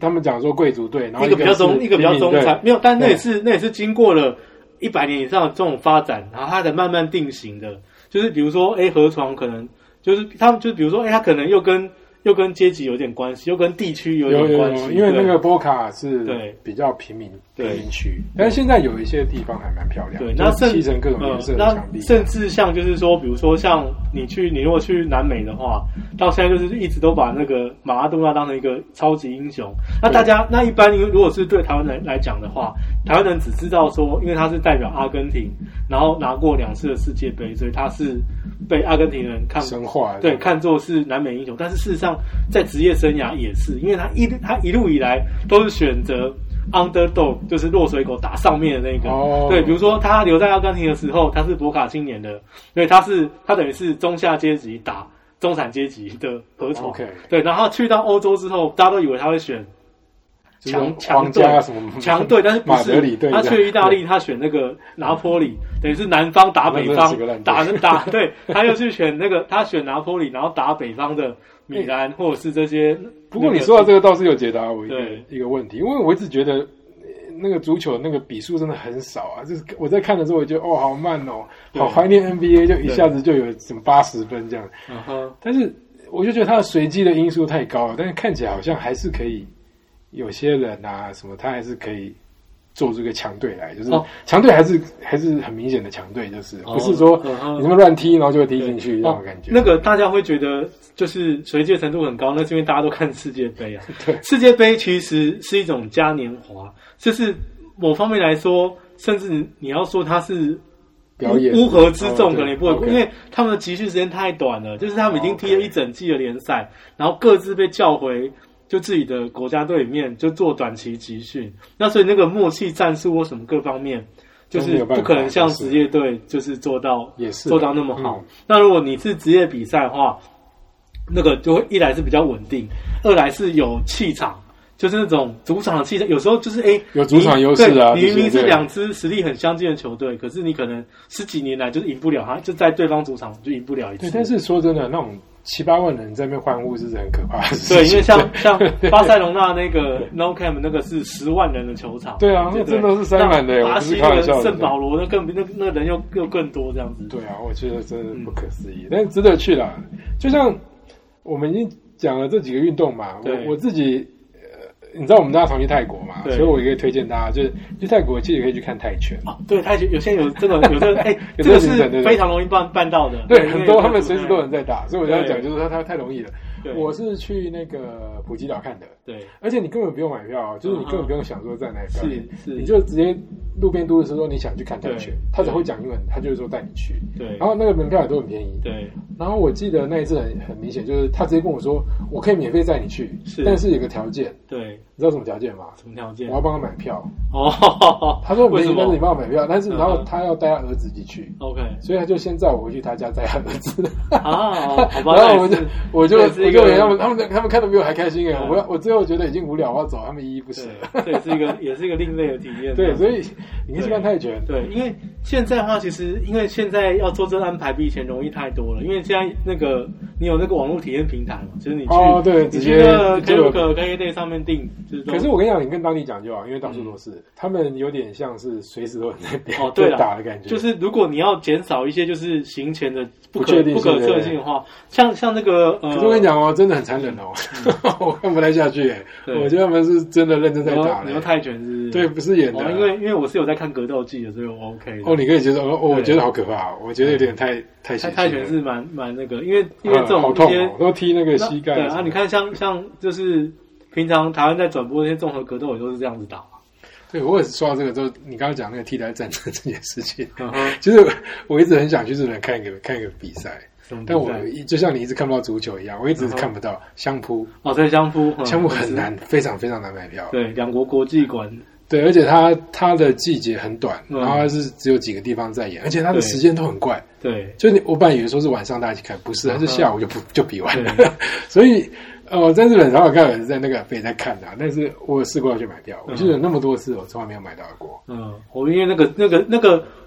他们讲说贵族队，然后一个比较中，一个比较中产，没有，但那也是那也是经过了一百年以上的这种发展，然后它才慢慢定型的。就是比如说，哎，河床可能就是他们，就是比如说，哎，他可能又跟又跟阶级有点关系，又跟地区有点关系， 有有有，因为那个波卡是对比较平民平民区，但是现在有一些地方还蛮漂亮， 对，那漆成各种颜色的墙壁， 呃、甚至像就是说，比如说像你去，你如果去南美的话，到现在就是一直都把那个马拉多纳当成一个超级英雄。那大家那一般如果是对台湾人来讲的话，台湾人只知道说，因为他是代表阿根廷，然后拿过两次的世界杯，所以他是被阿根廷人看神话， 对，看作是南美英雄。但是事实上，在职业生涯也是，因为他一他一路以来都是选择 underdog， 就是落水狗打上面的那个。哦，对，比如说他留在阿根廷的时候，他是博卡青年的，所以他是他等于是中下阶级打中产阶级的河床。 Okay. 对，然后去到欧洲之后，大家都以为他会选强强队强队，但是不是他去意大利，他选那个拿坡里，等于是南方打北方，打打对，他又去选那个他选拿坡里，然后打北方的米兰、欸、或者是这些。 不过你说到这个倒是有解答我一个一个问题，因为我一直觉得那个足球那个比数真的很少啊，就是我在看的时候我觉得哦好慢哦，好怀念 N B A， 就一下子就有什么八十分这样。Uh-huh. 但是我就觉得它的随机的因素太高了，但是看起来好像还是可以。有些人啊，什么他还是可以做出一个强队来，就是强队还是、哦、还是很明显的强队，就是、哦、不是说你这么乱踢，然后就会踢进去这种感觉、 哦。那个大家会觉得就是随机程度很高，那是因为大家都看世界杯啊。 对， 世界杯其实是一种嘉年华，就是某方面来说，甚至你要说它是表演乌合之众，可能也不会， 哦、 因为他们的集训时间太短了，就是他们已经踢了一整季的联赛，然后各自被叫回。就自己的国家队里面就做短期集训，那所以那个默契战术或什么各方面，就是不可能像职业队就是做到也是做到那么好、 嗯。 那如果你是职业比赛的话，那个就会一来是比较稳定，二来是有气场，就是那种主场的气场，有时候就是哎、欸、 有主场优势啊。 你明明是两支实力很相近的球队，可是你可能十几年来就是赢不了他，就在对方主场就赢不了一次。 对，但是说真的，那种。七八万人在那边欢呼是很可怕的事情。 对，因为像像巴塞隆纳那个 Nou Camp 那个是十万人的球场。 对啊，那真的是塞满的。 巴西那个圣保罗那更那那人又又更多这样子。 对啊，我觉得真的不可思议，嗯、但是值得去啦。就像我们已经讲了这几个运动嘛，我我自己。你知道我们大家常去泰国嘛？所以我也可以推荐大家，就是去泰国其实也可以去看泰拳。 啊，对，泰拳有些有这个有这个，哎、欸，这个是非常容易办办到的。 对，对很多他们随时都有人在打，所以我要讲就是说它太容易了。我是去那个普吉岛看的， 对， 而且你根本不用买票，就是你根本不用想说在哪里表演， 是， 你就直接路边都市说你想去看泰拳，他只会讲英文，他就是说带你去， 对， 然后那个门票也都很便宜， 对， 然后我记得那一次很很明显，就是他直接跟我说，我可以免费载你去， 是， 但是有个条件， 对， 你知道什么条件吗？ 什么条件？ 我要帮他买票。 哦， 他说没，但是你帮我买票，但是然后他要带他儿子一起去 ，OK， 所以他就先载我回去他家载他儿子。 啊，好吧， 然后我就我就我就给他们他们他们看的比我还开心哎！我我最后觉得已经无聊，我要走，他们依依不舍。 这也是一个也是一个另类的体验。 对，所以你可以去看泰拳。 对，因为现在的话，其实因为现在要做这个安排比以前容易太多了，因为现在那个你有那个网络体验平台嘛，就是你去哦对，直接那个 Klook K K Day 上面订，就是可是我跟你讲，你跟当地讲就好，因为到处都是，嗯、他们有点像是随时都有在表哦对打的感觉。 就是如果你要减少一些就是行前的不可不可测性的话，像像那个呃， 可是我跟你讲哦，真的很残忍哦，嗯、我看不太下去哎，我觉得他们是真的认真在打。 你说泰拳是？ 对，不是演的、啊哦，因为因为我是有在看格斗技的，所以我 OK 的。 哦，你可以接受哦，我觉得好可怕，我觉得有点太太血腥了。 泰拳是蛮蛮那个，因为因为这种、 嗯、好痛哦，都踢那个膝盖。 对啊，你看像像就是平常台湾在转播那些综合格斗也都是这样子打嘛。 对，我也是说到这个，就你刚刚讲那个替代战争这件事情，嗯、其实我一直很想去日本看一个看一个比赛。但我就像你一直看不到足球一样，我一直看不到相扑。 哦，对，相扑， 相扑很难，非常非常难买票。 对，两国国际馆。 对，而且它它的季节很短，嗯、然后它是只有几个地方在演，而且它的时间都很怪。 对， 就你我本来以为说是晚上大家一起看，不是，它是下午就不就比完了。所以呃，在日本常常看有人在那个北在看的、啊，但是我有试过要去买票，我记得那么多次我从来没有买到过。 嗯，我因为那个那个那个。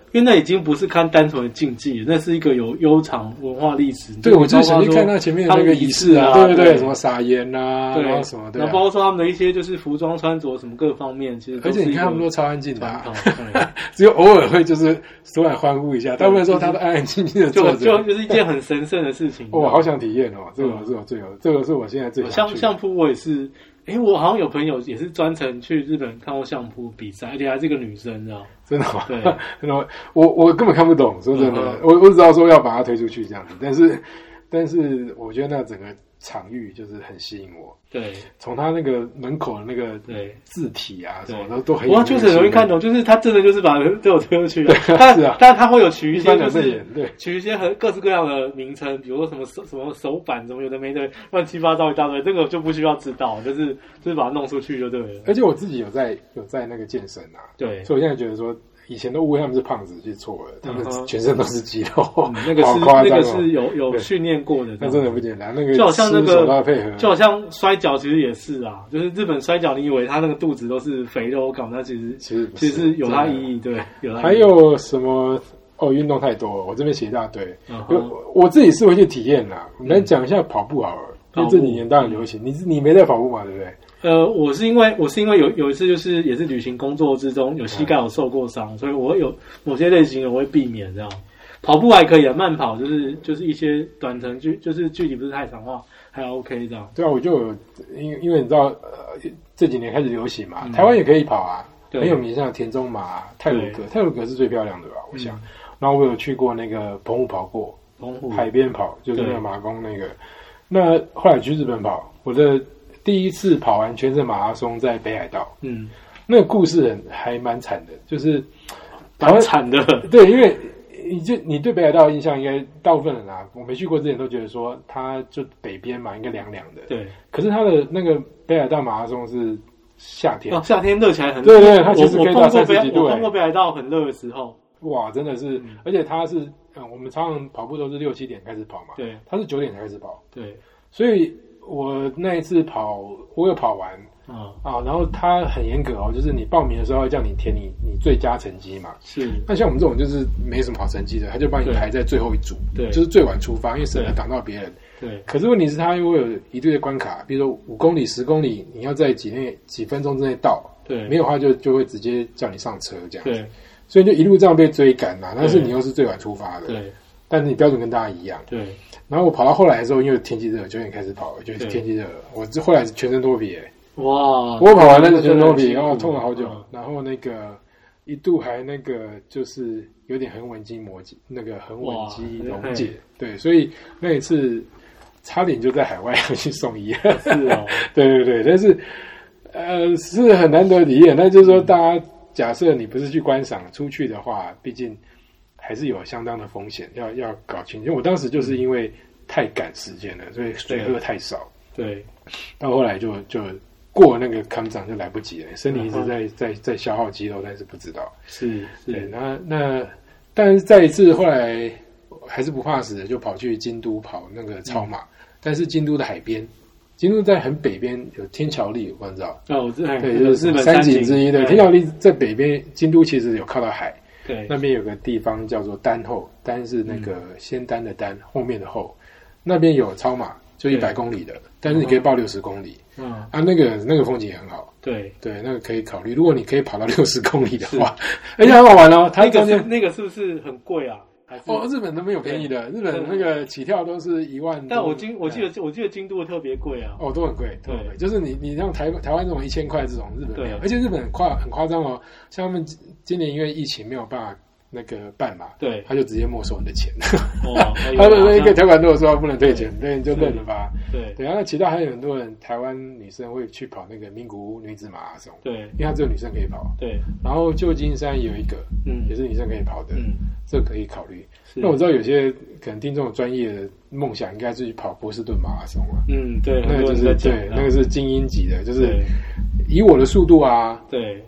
因为那已经不是看单纯的竞技，那是一个有悠长文化历史。 对，我就想去看那前面的那个仪式啊，对对对，什么撒盐啊， 对， 然后什么的、啊， 然后包括说他们的一些就是服装穿着什么各方面，其实而且你看他们都超安静的、啊， 对只有偶尔会就是出来欢呼一下，大部分时候他都安安静静的坐着， 就就是一件很神圣的事情。 我、哦、好想体验哦，这个是我最有，这个是我现在最想去相相扑我也是。哎，我好像有朋友也是专程去日本看过相扑比赛，而且还是一个女生，知道？ 真的吗？ 对， 真的，我我根本看不懂，说真的，嗯、我我只知道说要把它推出去这样子，但是但是我觉得那整个场域就是很吸引我。 对， 从他那个门口的那个对字体啊什么的都很有， 哇，就是很容易看懂，就是他真的就是把这种推出去了。 他是啊， 但他会有取一些就是对取一些很各式各样的名称，比如说什么手什么手板，什么有的没的，乱七八糟一大堆，这个就不需要知道，就是就是把它弄出去就对了。 而且我自己有在有在那个健身啊， 对， 所以我现在觉得说。以前都误会他们是胖子，其实错了，他们全身都是肌肉， 嗯、那个是那个是有有训练过的， 那真的不简单。那个就好像那个配合， 就好像摔跤，其实也是啊，就是日本摔跤，你以为他那个肚子都是肥肉感，那其实其实其实是有它意义，对，有它意义。 还有什么？哦，运动太多了，我这边写一大堆。 嗯、 我自己是回去体验啦，我们来讲一下跑步好了，因为这几年当然流行。你你没在跑步嘛，对不对？ 呃，我是因为我是因为有有一次就是也是旅行工作之中有膝盖有受过伤，所以我有某些类型我会避免这样。跑步还可以啊，慢跑就是就是一些短程距就是距离不是太长的话还 OK 这样。 对啊，我就有因为因为你知道呃这几年开始流行嘛，嗯、台湾也可以跑啊，很有名像田中马、太鲁阁，太鲁阁是最漂亮的吧？我想。嗯、然后我有去过那个澎湖跑过， 澎湖海边跑就是那个马公那个。那后来去日本跑，我的。第一次跑完全程马拉松在北海道，嗯，那个故事很还蛮惨的，就是蛮惨的， 对，因为你就你对北海道的印象应该大部分人啊，我没去过之前都觉得说它就北边嘛，应该凉凉的， 对。 可是它的那个北海道马拉松是夏天， 哦，夏天热起来很热， 对对，它其实可以到三十几度， 我碰过北海道很热的时候， 哇，真的是，嗯、而且它是，嗯，我们常常跑步都是六七点开始跑嘛， 对， 它是九点才开始跑， 对， 所以。我那一次跑，我有跑完，嗯啊，然后他很严格哦，就是你报名的时候要叫你填你你最佳成绩嘛， 是。 那像我们这种就是没什么好成绩的，他就把你排在最后一组， 对， 就是最晚出发，因为省得挡到别人。 对。 可是问题是，他又有一堆的关卡，比如说五公里、十公里，你要在几内几分钟之内到， 对， 没有的话就就会直接叫你上车这样子， 对。 所以就一路这样被追赶啊，但是你又是最晚出发的， 对。 但是你标准跟大家一样， 对。 然后我跑到后来的时候，因为天气热，九点开始跑，觉得天气热，我后来是全身脱皮、欸， 哇！ 我跑完那是全身脱皮，然后痛了好久，嗯、然后那个一度还那个就是有点横纹肌膜解，那个横纹肌溶解，对，所以那一次差点就在海外要去送医， 是哦， 对对对，但是呃是很难得体验，那就是说大家假设你不是去观赏，出去的话，毕竟。还是有相当的风险，要要搞清楚。因为我当时就是因为太赶时间了，所以水喝太少。 对， 到后来就就过那个康长就来不及了，身体一直在在在消耗肌肉，但是不知道。 是，是对，那那但是再一次后来还是不怕死的，就跑去京都跑那个超马，嗯、但是京都的海边。京都在很北边有天桥立，我不知道。 哦，我知道， 对，就是日本三景之一。对，天桥立在北边，京都其实有靠到海。 对， 那边有个地方叫做丹后，丹是那个仙丹的丹，后面的后，那边有超马，就一百公里的，但是你可以报六十公里，嗯啊，那个那个风景也很好， 对对，那个可以考虑。如果你可以跑到六十公里的话，而且很好玩哦。它中间那个是不是很贵啊？ 哦，日本都没有便宜的，日本那个起跳都是一万。 但我京我记得我记得京都的特别贵啊， 哦，都很贵，都很贵。就是你你像台台湾这种一千块这种，日本没有，而且日本很夸很夸张哦，像他们今年因为疫情没有办法。那个办嘛， 对， 他就直接没收你的钱。 哇， 他的那个条款都有说不能退钱，对，你就认了吧。 对， 对，然后其他还有很多人，台湾女生会去跑那个名古屋女子马拉松， 对， 因为它只有女生可以跑。 对， 然后旧金山有一个，嗯，也是女生可以跑的，嗯，这个可以考虑。那我知道有些可能听众有专业的梦想，应该是去跑波士顿马拉松嘛。 嗯，对， 那个就是对，那个是精英级的，就是以我的速度啊， 对。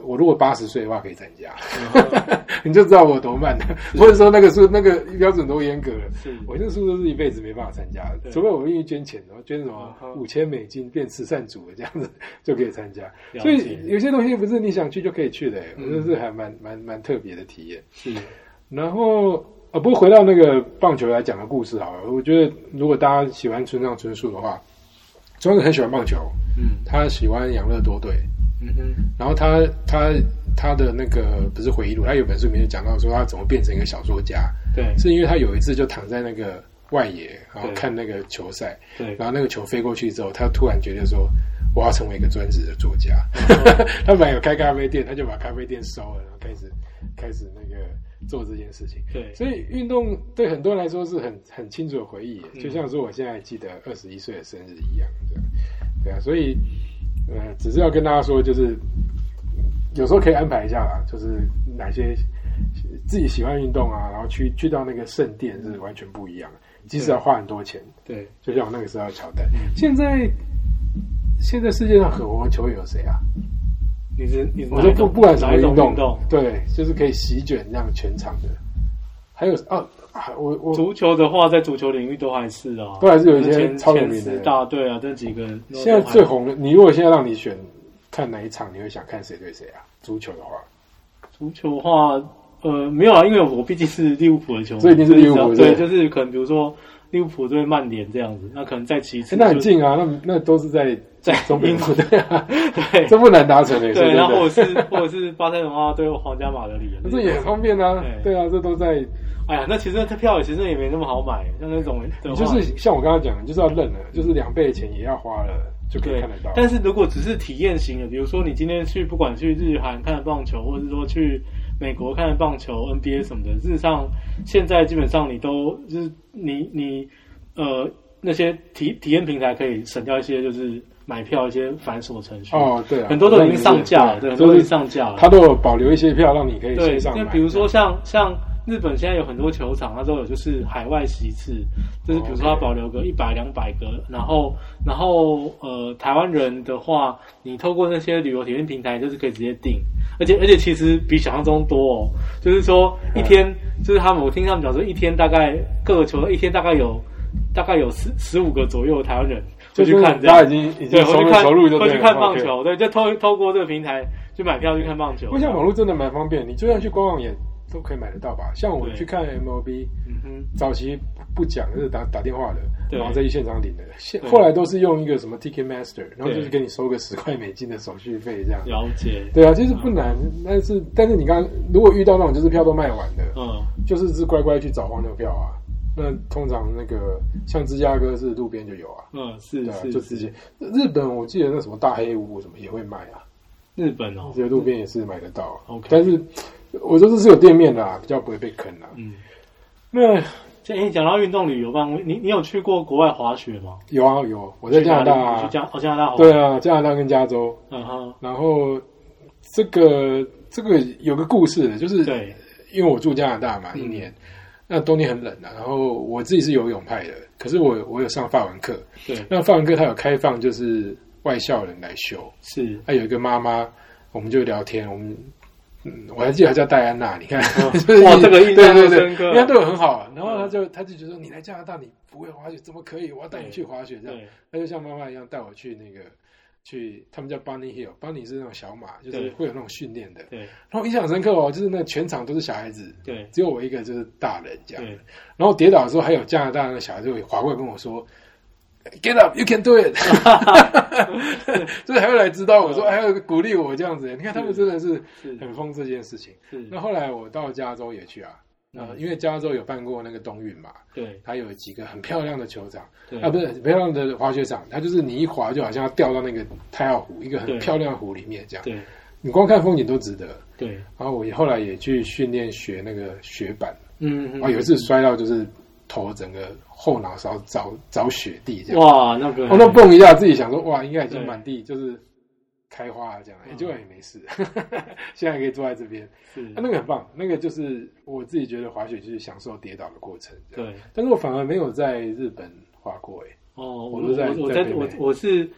我如果八十岁的话可以参加，你就知道我多慢了，或者说那个数那个标准多严格了。我那数都是一辈子没办法参加的，除非我愿意捐钱，然后捐什么五千美金变慈善组这样子就可以参加。所以有些东西不是你想去就可以去的，我觉得是还蛮蛮蛮特别的体验。是，然后啊，不过回到那个棒球来讲的故事好了，我觉得如果大家喜欢村上春树的话，村上很喜欢棒球，嗯，他喜欢养乐多队。嗯哼，然后他他他的那个不是回忆录，他有本书里面就讲到说他怎么变成一个小说家，对，是因为他有一次就躺在那个外野，然后看那个球赛，对，然后那个球飞过去之后，他突然觉得说我要成为一个专职的作家，嗯、他本来有开咖啡店，他就把咖啡店收了，然后开始开始那个做这件事情，对，所以运动对很多人来说是很很清楚的回忆，嗯、就像说我现在记得二十一岁的生日一样，这样，对啊，所以。呃，只是要跟大家说，就是有时候可以安排一下啦，就是哪些自己喜欢运动啊，然后去去到那个圣殿是完全不一样的，即使要花很多钱。对，就像我那个时候乔丹。嗯、现在现在世界上很红的球员有谁啊？ 你是你是我说不不管什么运动，对，就是可以席卷这样全场的。还有哦，我我足球的话，在足球领域都还是啊， 都还是有一些超有名的大队啊，这几个现在最红的。你如果现在让你选看哪一场，你会想看谁对谁啊？足球的话， 足球的话，呃，没有啊，因为我毕竟是利物浦的球迷， 所以一定是利物浦。 对，就是可能比如说利物浦对曼联这样子，那可能在其次、 欸，那很近啊，那那都是在在中北部对啊，对，这不难达成的。 对，然后或者是或者是巴塞罗那对皇家马德里， 这也很方便啊。对啊，这都在。 哎呀，那其实这票其实也没那么好买，像那种你就是像我刚刚讲的，就是要认了，就是两倍的钱也要花了就可以看得到。 但是如果只是体验型的，比如说你今天去不管去日韩看棒球，或者是说去美国看棒球 N B A 什么的，事实上现在基本上你都就是你你呃那些体体验平台可以省掉一些就是买票一些繁琐程序哦，对啊， 很多都已经上架了，对，很多都已经上架了， 它都有保留一些票让你可以线上买。 对，比如说像像。日本现在有很多球场，它都有就是海外席次，就是比如说它保留个一百两百个，然后然后呃台湾人的话，你透过那些旅游体验平台，就是可以直接订，而且而且其实比想象中多哦，就是说一天、嗯、就是他们我听他们讲说一天大概各个球队一天大概有大概有十十五个左右的台湾人会去看这样， 他已经已经收入收入就会去看棒球，对，就透透过这个平台去买票去看棒球。 我想网络真的蛮方便，你就算去官网也。都可以买得到吧？像我去看 M L B， 嗯哼，早期不讲就是打打电话的，然后再去现场领的。现后来都是用一个什么 Ticketmaster， 然后就是给你收个十块美金的手续费这样。 了解。 对啊，其实不难，但是但是你刚刚如果遇到那种就是票都卖完的，嗯，就是是乖乖去找黄牛票啊。那通常那个像芝加哥是路边就有啊， 嗯，是是， 就直接。日本我记得那什么大黑屋什么也会卖啊。 日本哦， 这些路边也是买得到。OK， 但是。我说这是有店面的啊，比较不会被坑啊。嗯，那现在讲到运动旅游吧，你你有去过国外滑雪吗？ 有啊有，我在加拿大啊， 去加哦加拿大滑。 对啊，加拿大跟加州。 嗯哼。 然后这个这个有个故事的，就是对，因为我住加拿大嘛，一年，那冬天很冷啊。然后我自己是游泳派的，可是我我有上法文课。对，那法文课它有开放，就是外校人来修。是，还有一个妈妈，我们就聊天，我们。嗯，我还记得他叫戴安娜，你看， 哦、哇，这个印象很深刻， 因为他对我很好、啊。然后他就他就觉得说，你来加拿大你不会滑雪，怎么可以？我要带你去滑雪，这样。他就像妈妈一样带我去那个去，他们叫 Bunny Hill，Bunny 是那种小马，就是会有那种训练的。对。然后印象很深刻哦，就是那全场都是小孩子，对，只有我一个就是大人这样。对。然后跌倒的时候，还有加拿大那个小孩就会滑过来跟我说。Get up, you can do it 就是还会来指导我说，还有鼓励我这样子。你看他们真的是很疯这件事情。那后来我到加州也去啊，呃，因为加州有办过那个冬运嘛，对，它有几个很漂亮的球场，啊，不是很漂亮的滑雪场，它就是你一滑就好像要掉到那个太阳湖，一个很漂亮的湖里面这样。对，你光看风景都值得。对，然后我后来也去训练学那个雪板，嗯，然后有一次摔到就是。头整个后脑勺着着雪地这样，哇，那个，我那蹦一下，自己想说，哇，应该已经满地就是开花了这样，结果也没事，现在可以坐在这边，是，啊，那个很棒，那个就是我自己觉得滑雪就是享受跌倒的过程，对，但是我反而没有在日本滑过，哎， 哦，我我在我在我我是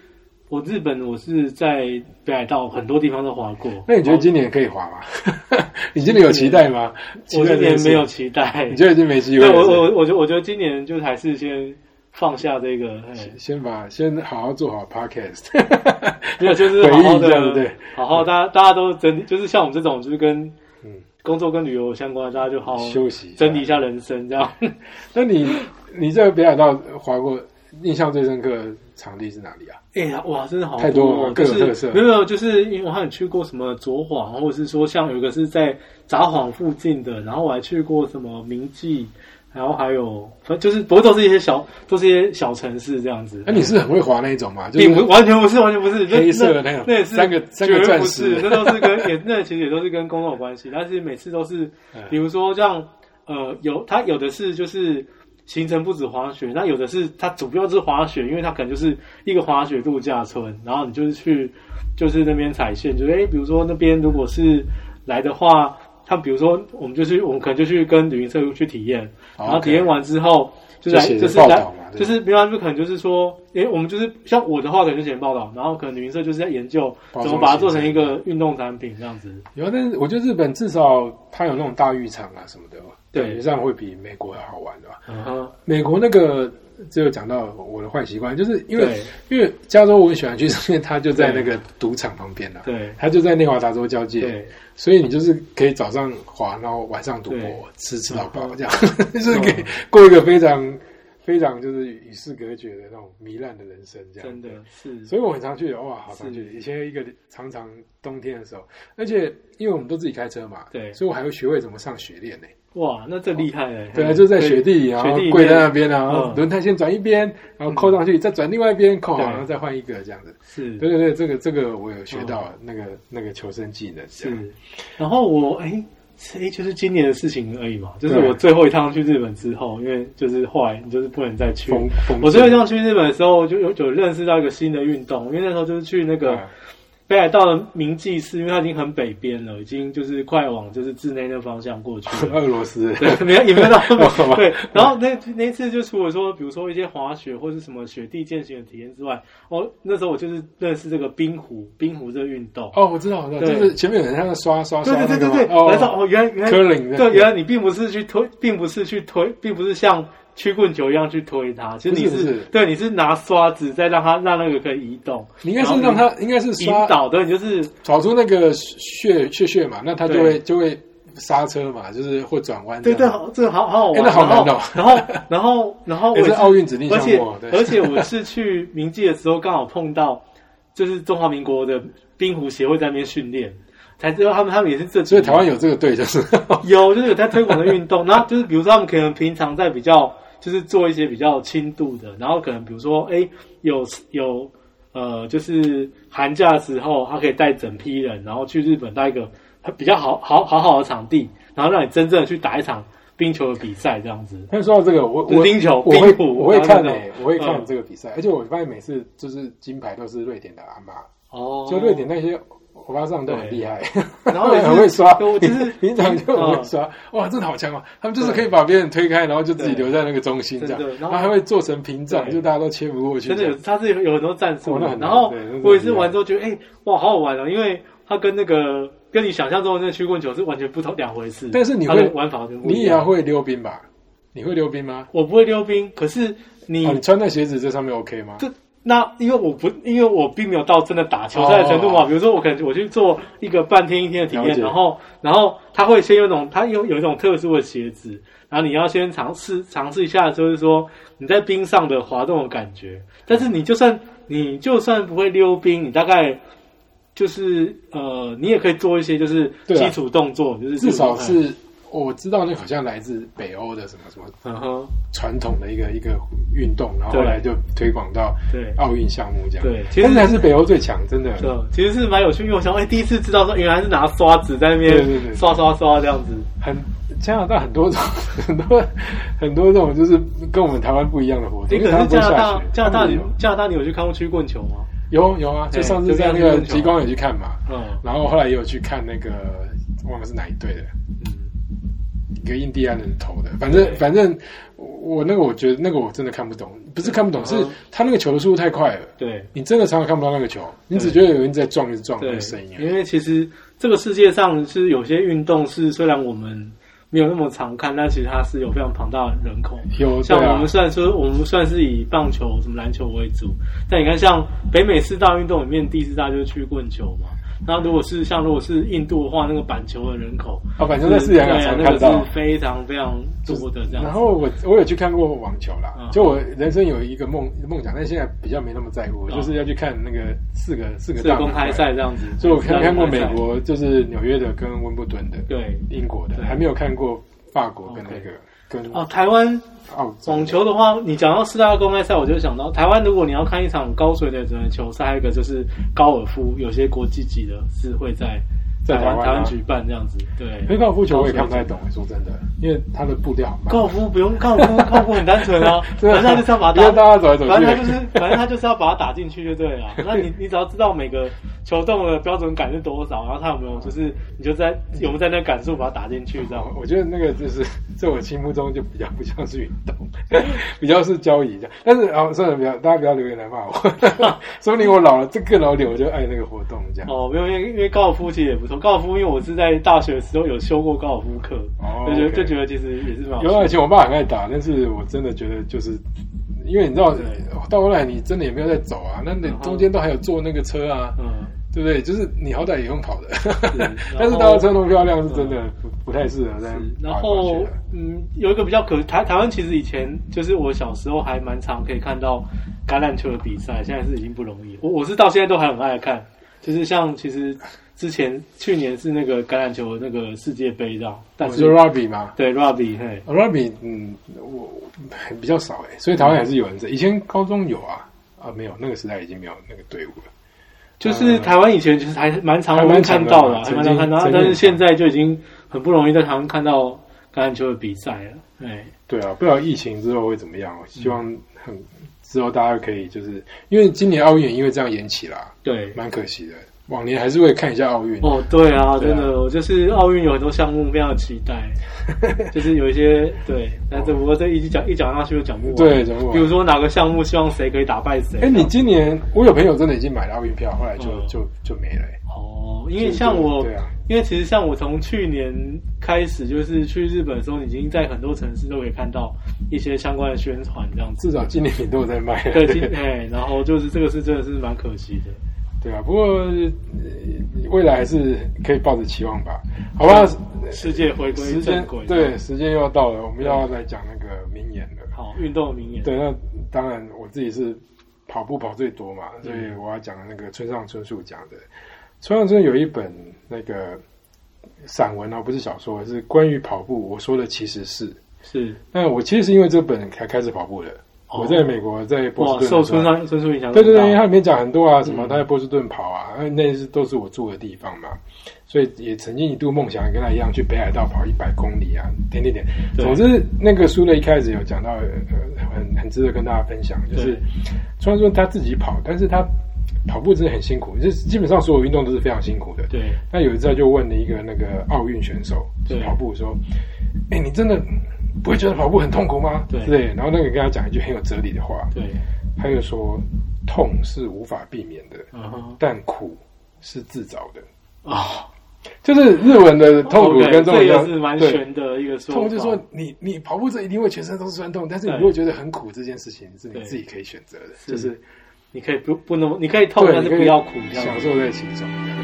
我日本我是在北海道很多地方都滑过。 那你觉得今年可以滑吗？你今年有期待吗？ 我今年没有期待。 你觉得已经没机会了？ 对，我我我觉得我觉得今年就还是先放下这个， 先把先好好做好 podcast， 没有就是好好的对， 好好大家大家都整理，就是像我们这种就是跟嗯工作跟旅游相关的，大家就好好休息整理一下人生这样。 那你你在北海道滑过，印象最深刻的场地是哪里啊？ 哎呀，哇，真的好多、哦， 太多各有特色。 没有没有，就是因为我还有去过什么佐幌，或者是说像有一个是在札幌附近的，然后我还去过什么名妓。然后还有，就是不过都是一些小，都是一些小城市这样子。 那、啊、你是很会滑那一种吗？就是并不完全不是，完全不是黑色的那种， 那也是三个三个钻石， 那都是跟也那其实也都是跟工作有关系。但是每次都是，比如说像呃有它有的是就是行程不止滑雪，那有的是它主要是滑雪，因为它可能就是一个滑雪度假村，然后你就是去就是那边踩线，就是哎，比如说那边如果是来的话。他比如说，我们就去，我们可能就去跟旅行社去体验， okay, 然后体验完之后，就来就就是来，就是没办法，可能就是说，诶，我们就是像我的话，可能就写报道，然后可能旅行社就是在研究怎么把它做成一个运动产品这样子。 有，但是我觉得日本至少它有那种大浴场啊什么的， 对， 这样会比美国好玩的吧？ 嗯哼， 美国那个。这有讲到我的坏习惯，就是因为因为加州我很喜欢去，因为它就在那个赌场旁边啦， 对， 它就在内华达州交界， 对， 所以你就是可以早上滑，然后晚上赌博，吃吃到饱，这样、嗯、就是可以过一个非常非常就是与世隔绝的那种糜烂的人生，这样真的是， 所以我很常去，哇，好常去。以前一个常常冬天的时候，而且因为我们都自己开车嘛， 对， 所以我还会学会怎么上雪链呢、欸。 哇，那这厉害哎、欸！ 对啊，就在雪地里，然后跪在那边，然后轮胎先转一边，然后扣上去，再转另外一边，扣好，然后再换一个这样子。 是， 对对对，这个这个我有学到那个那个求生技能。 是，然后我哎哎，就是今年的事情而已嘛，就是我最后一趟去日本之后，因为就是后来你就是不能再去。我最后一趟去日本的时候，就有有认识到一个新的运动，因为那时候就是去那个。北海道的名妓寺，因为它已经很北边了，已经就是快往就是志内那方向过去了。 俄罗斯对，没有也没有到对。然后那那一次就除了说，比如说一些滑雪或是什么雪地健行的体验之外，哦，那时候我就是认识这个冰壶，冰壶这个运动。 哦，我知道，我知道，就是前面有人像刷刷刷那个。 对对对对对。我知道哦，原来原来。 curling 对，原来你并不是去推，并不是去推，并不是像。曲棍球一样去推它，其实你 是, 是, 是对，你是拿刷子再让它让那个可以移动。 你应该是让它，应该是引导的，你就是找出那个穴穴穴嘛，那它就会就会刹车嘛，就是会转弯。 对对，这个好好好玩， 欸、那好难哦。 然后然后然后我是奥运指定项目， 而且而且我是去明记的时候刚好碰到，就是中华民国的冰壶协会在那边训练。才知道他们他们也是这， 所以台湾有这个队就是有就是有在推广的运动，然后就是比如说他们可能平常在比较就是做一些比较轻度的，然后可能比如说哎有有呃就是寒假的时候，他可以带整批人，然后去日本到一个比较好好好好的场地，然后让你真正的去打一场冰球的比赛这样子。 但说到这个，我我冰球我会冰我会看诶、欸，我会看这个比赛、嗯，而且我发现每次就是金牌都是瑞典的阿妈哦，就瑞典那些。我巴上都很厉害， 然后很会刷， 就是平常就很会刷，嗯、哇，真的好强啊！他们就是可以把别人推开，然后就自己留在那个中心这样，然后还会做成屏障，就大家都切不过去。 真的有，他是有很多战术的。然后我也是玩之后觉得，哎、欸，哇，好好玩哦！因为它跟那个跟你想象中的那个曲棍球是完全不同两回事。 但是你会玩法， 你也会溜冰吧？你会溜冰吗？ 我不会溜冰，可是你、 哦、你穿那鞋子在上面 OK 吗？ 那因为我不，因为我并没有到真的打球赛的程度嘛。Oh, 比如说，我可能我去做一个半天一天的体验，然后，然后他会先有一种，他有有一种特殊的鞋子，然后你要先尝试尝试一下，就是说你在冰上的滑动的感觉。但是你就算你就算不会溜冰，你大概就是呃，你也可以做一些就是基础动作，啊、就是至少是。我知道那好像来自北欧的什么什么传统的一个一个运动，然后后来就推广到奥运项目这样。 对， 其实还是北欧最强，真的。 对，其实是蛮有趣，因为我想，哎、欸，第一次知道说原来是拿刷子在那边刷刷刷这样子。 很加拿大很多种很多很多这种就是跟我们台湾不一样的活动。 你可是加拿大加拿大你加拿大你有去看过曲棍球吗？ 有有啊，就上次在那个极光有去看嘛，嗯，然后后来也有去看那个忘了是哪一队的。一个印第安人投的，反正反正我那个我觉得那个我真的看不懂，不是看不懂，是他那个球的速度太快了。 对， 你真的常常看不到那个球，你只觉得有人在撞，一直撞那个声音。 因为其实这个世界上是有些运动是虽然我们没有那么常看，但其实它是有非常庞大的人口。 有像我们虽然说我们算是以棒球、什么篮球为主，但你看像北美四大运动里面第四大就是曲棍球嘛。那如果是像如果是印度的话，那个板球的人口， 哦，板球在斯里兰卡常看到， 那个是非常非常多的这样。 然后我我有去看过网球啦，嗯、就我人生有一个梦梦想，但现在比较没那么在乎，嗯、就是要去看那个四个四个大公开赛这样子。 所以我看看过美国就是纽约的跟温布顿的， 对， 英国的，还没有看过法国跟那个。跟哦，台湾网球的话，你讲到四大公开赛，我就想到台湾，如果你要看一场高水准的球赛，还有一个就是高尔夫，有些国际级的是会在台湾台湾举办这样子。对， 因为高尔夫球我也看不太懂，说真的，因为它的步调很慢。 高尔夫不用，高尔夫高尔夫很单纯啊，反正他就是要把它打， 大家走来走去， 反正他就是反正他就是要把它打进去就对了。那你你只要知道每个球动的标准感是多少，然后它有没有就是你就在有没有在那个杆数把它打进去这样。 我觉得那个就是在我心目中就比较不像是运动，比较是交易这样。但是啊，算了，不要大家不要留言来骂我，说不定我老了，这更老点，我就爱那个活动这样。 哦，没有，因为因为高尔夫其实也不错。高尔夫因为我是在大学的时候有修过高尔夫课，哦，就觉得就觉得其实也是蛮好。 有啊，以前我爸很爱打，但是我真的觉得就是。因为你知道，到后来你真的也没有在走啊，那你中间都还有坐那个车啊，嗯，对不对？就是你好歹也用跑的，但是大家车那么漂亮，是真的不不太适合在。 然后，嗯，有一个比较可台台湾其实以前就是我小时候还蛮常可以看到橄榄球的比赛，现在是已经不容易。我我是到现在都还很爱看，就是像其实。之前去年是那个橄榄球的那个世界杯，这样，但是 Rugby 吗？ 对 Rugby， 嘿 ，Rugby， 嗯，我比较少哎，所以台湾还是有人在。以前高中有啊，啊没有，那个时代已经没有那个队伍了。 就是台湾以前其实还蛮常能看到的，还蛮常看到，但是现在就已经很不容易在台湾看到橄榄球的比赛了。哎， 对啊，不知道疫情之后会怎么样，希望很之后大家可以就是因为今年奥运也因为这样延期啦， 对， 蛮可惜的。往年还是会看一下奥运哦，对啊，真的，我就是奥运有很多项目非常的期待，就是有一些对，但是不过这一讲一讲下去就讲不完， 对，讲不完。 比如说哪个项目希望谁可以打败谁？ 哎，你今年我有朋友真的已经买了奥运票，后来就、嗯、就就没了。 哦，因为像我，对啊，因为其实像我从去年开始就是去日本的时候，已经在很多城市都可以看到一些相关的宣传，这样子。 至少纪念品都有在卖。 对，今哎，然后就是这个是真的是蛮可惜的。 对啊，不过、呃、未来还是可以抱着期望吧，好吧？ 世界回归正轨， 对，时间又要到了，我们要来讲那个名言了。 好，运动的名言。 对，那当然我自己是跑步跑最多嘛，所以我要讲的那个村上春树讲的。村上春树有一本那个散文啊，不是小说，是关于跑步。我说的其实是是， 那我其实是因为这本才开始跑步的。我在美国，在波士顿， 受村上春树影响。 对对对，因为它里面讲很多啊，什么他在波士顿跑啊，嗯、那是都是我住的地方嘛，所以也曾经一度梦想跟他一样去北海道跑一百公里啊，点点点。总之，那个书的一开始有讲到，呃，很很值得跟大家分享，就是虽然说他自己跑，但是他跑步真的很辛苦，就是基本上所有运动都是非常辛苦的。 对。 那有一次他就问了一个那个奥运选手，就跑步说：“哎、欸，你真的？”不会觉得跑步很痛苦吗？ 对， 对，然后那个跟他讲一句很有哲理的话， 对， 他就说痛是无法避免的，嗯、但苦是自找的啊、哦，就是日文的痛苦跟中文一样， 这个是蛮玄的一个说法。 痛就是说你你跑步这一定会全身都是酸痛，但是你如果觉得很苦，这件事情是你自己可以选择的，就是你可以不不能，你可以痛，但是不要苦， 享受在其中。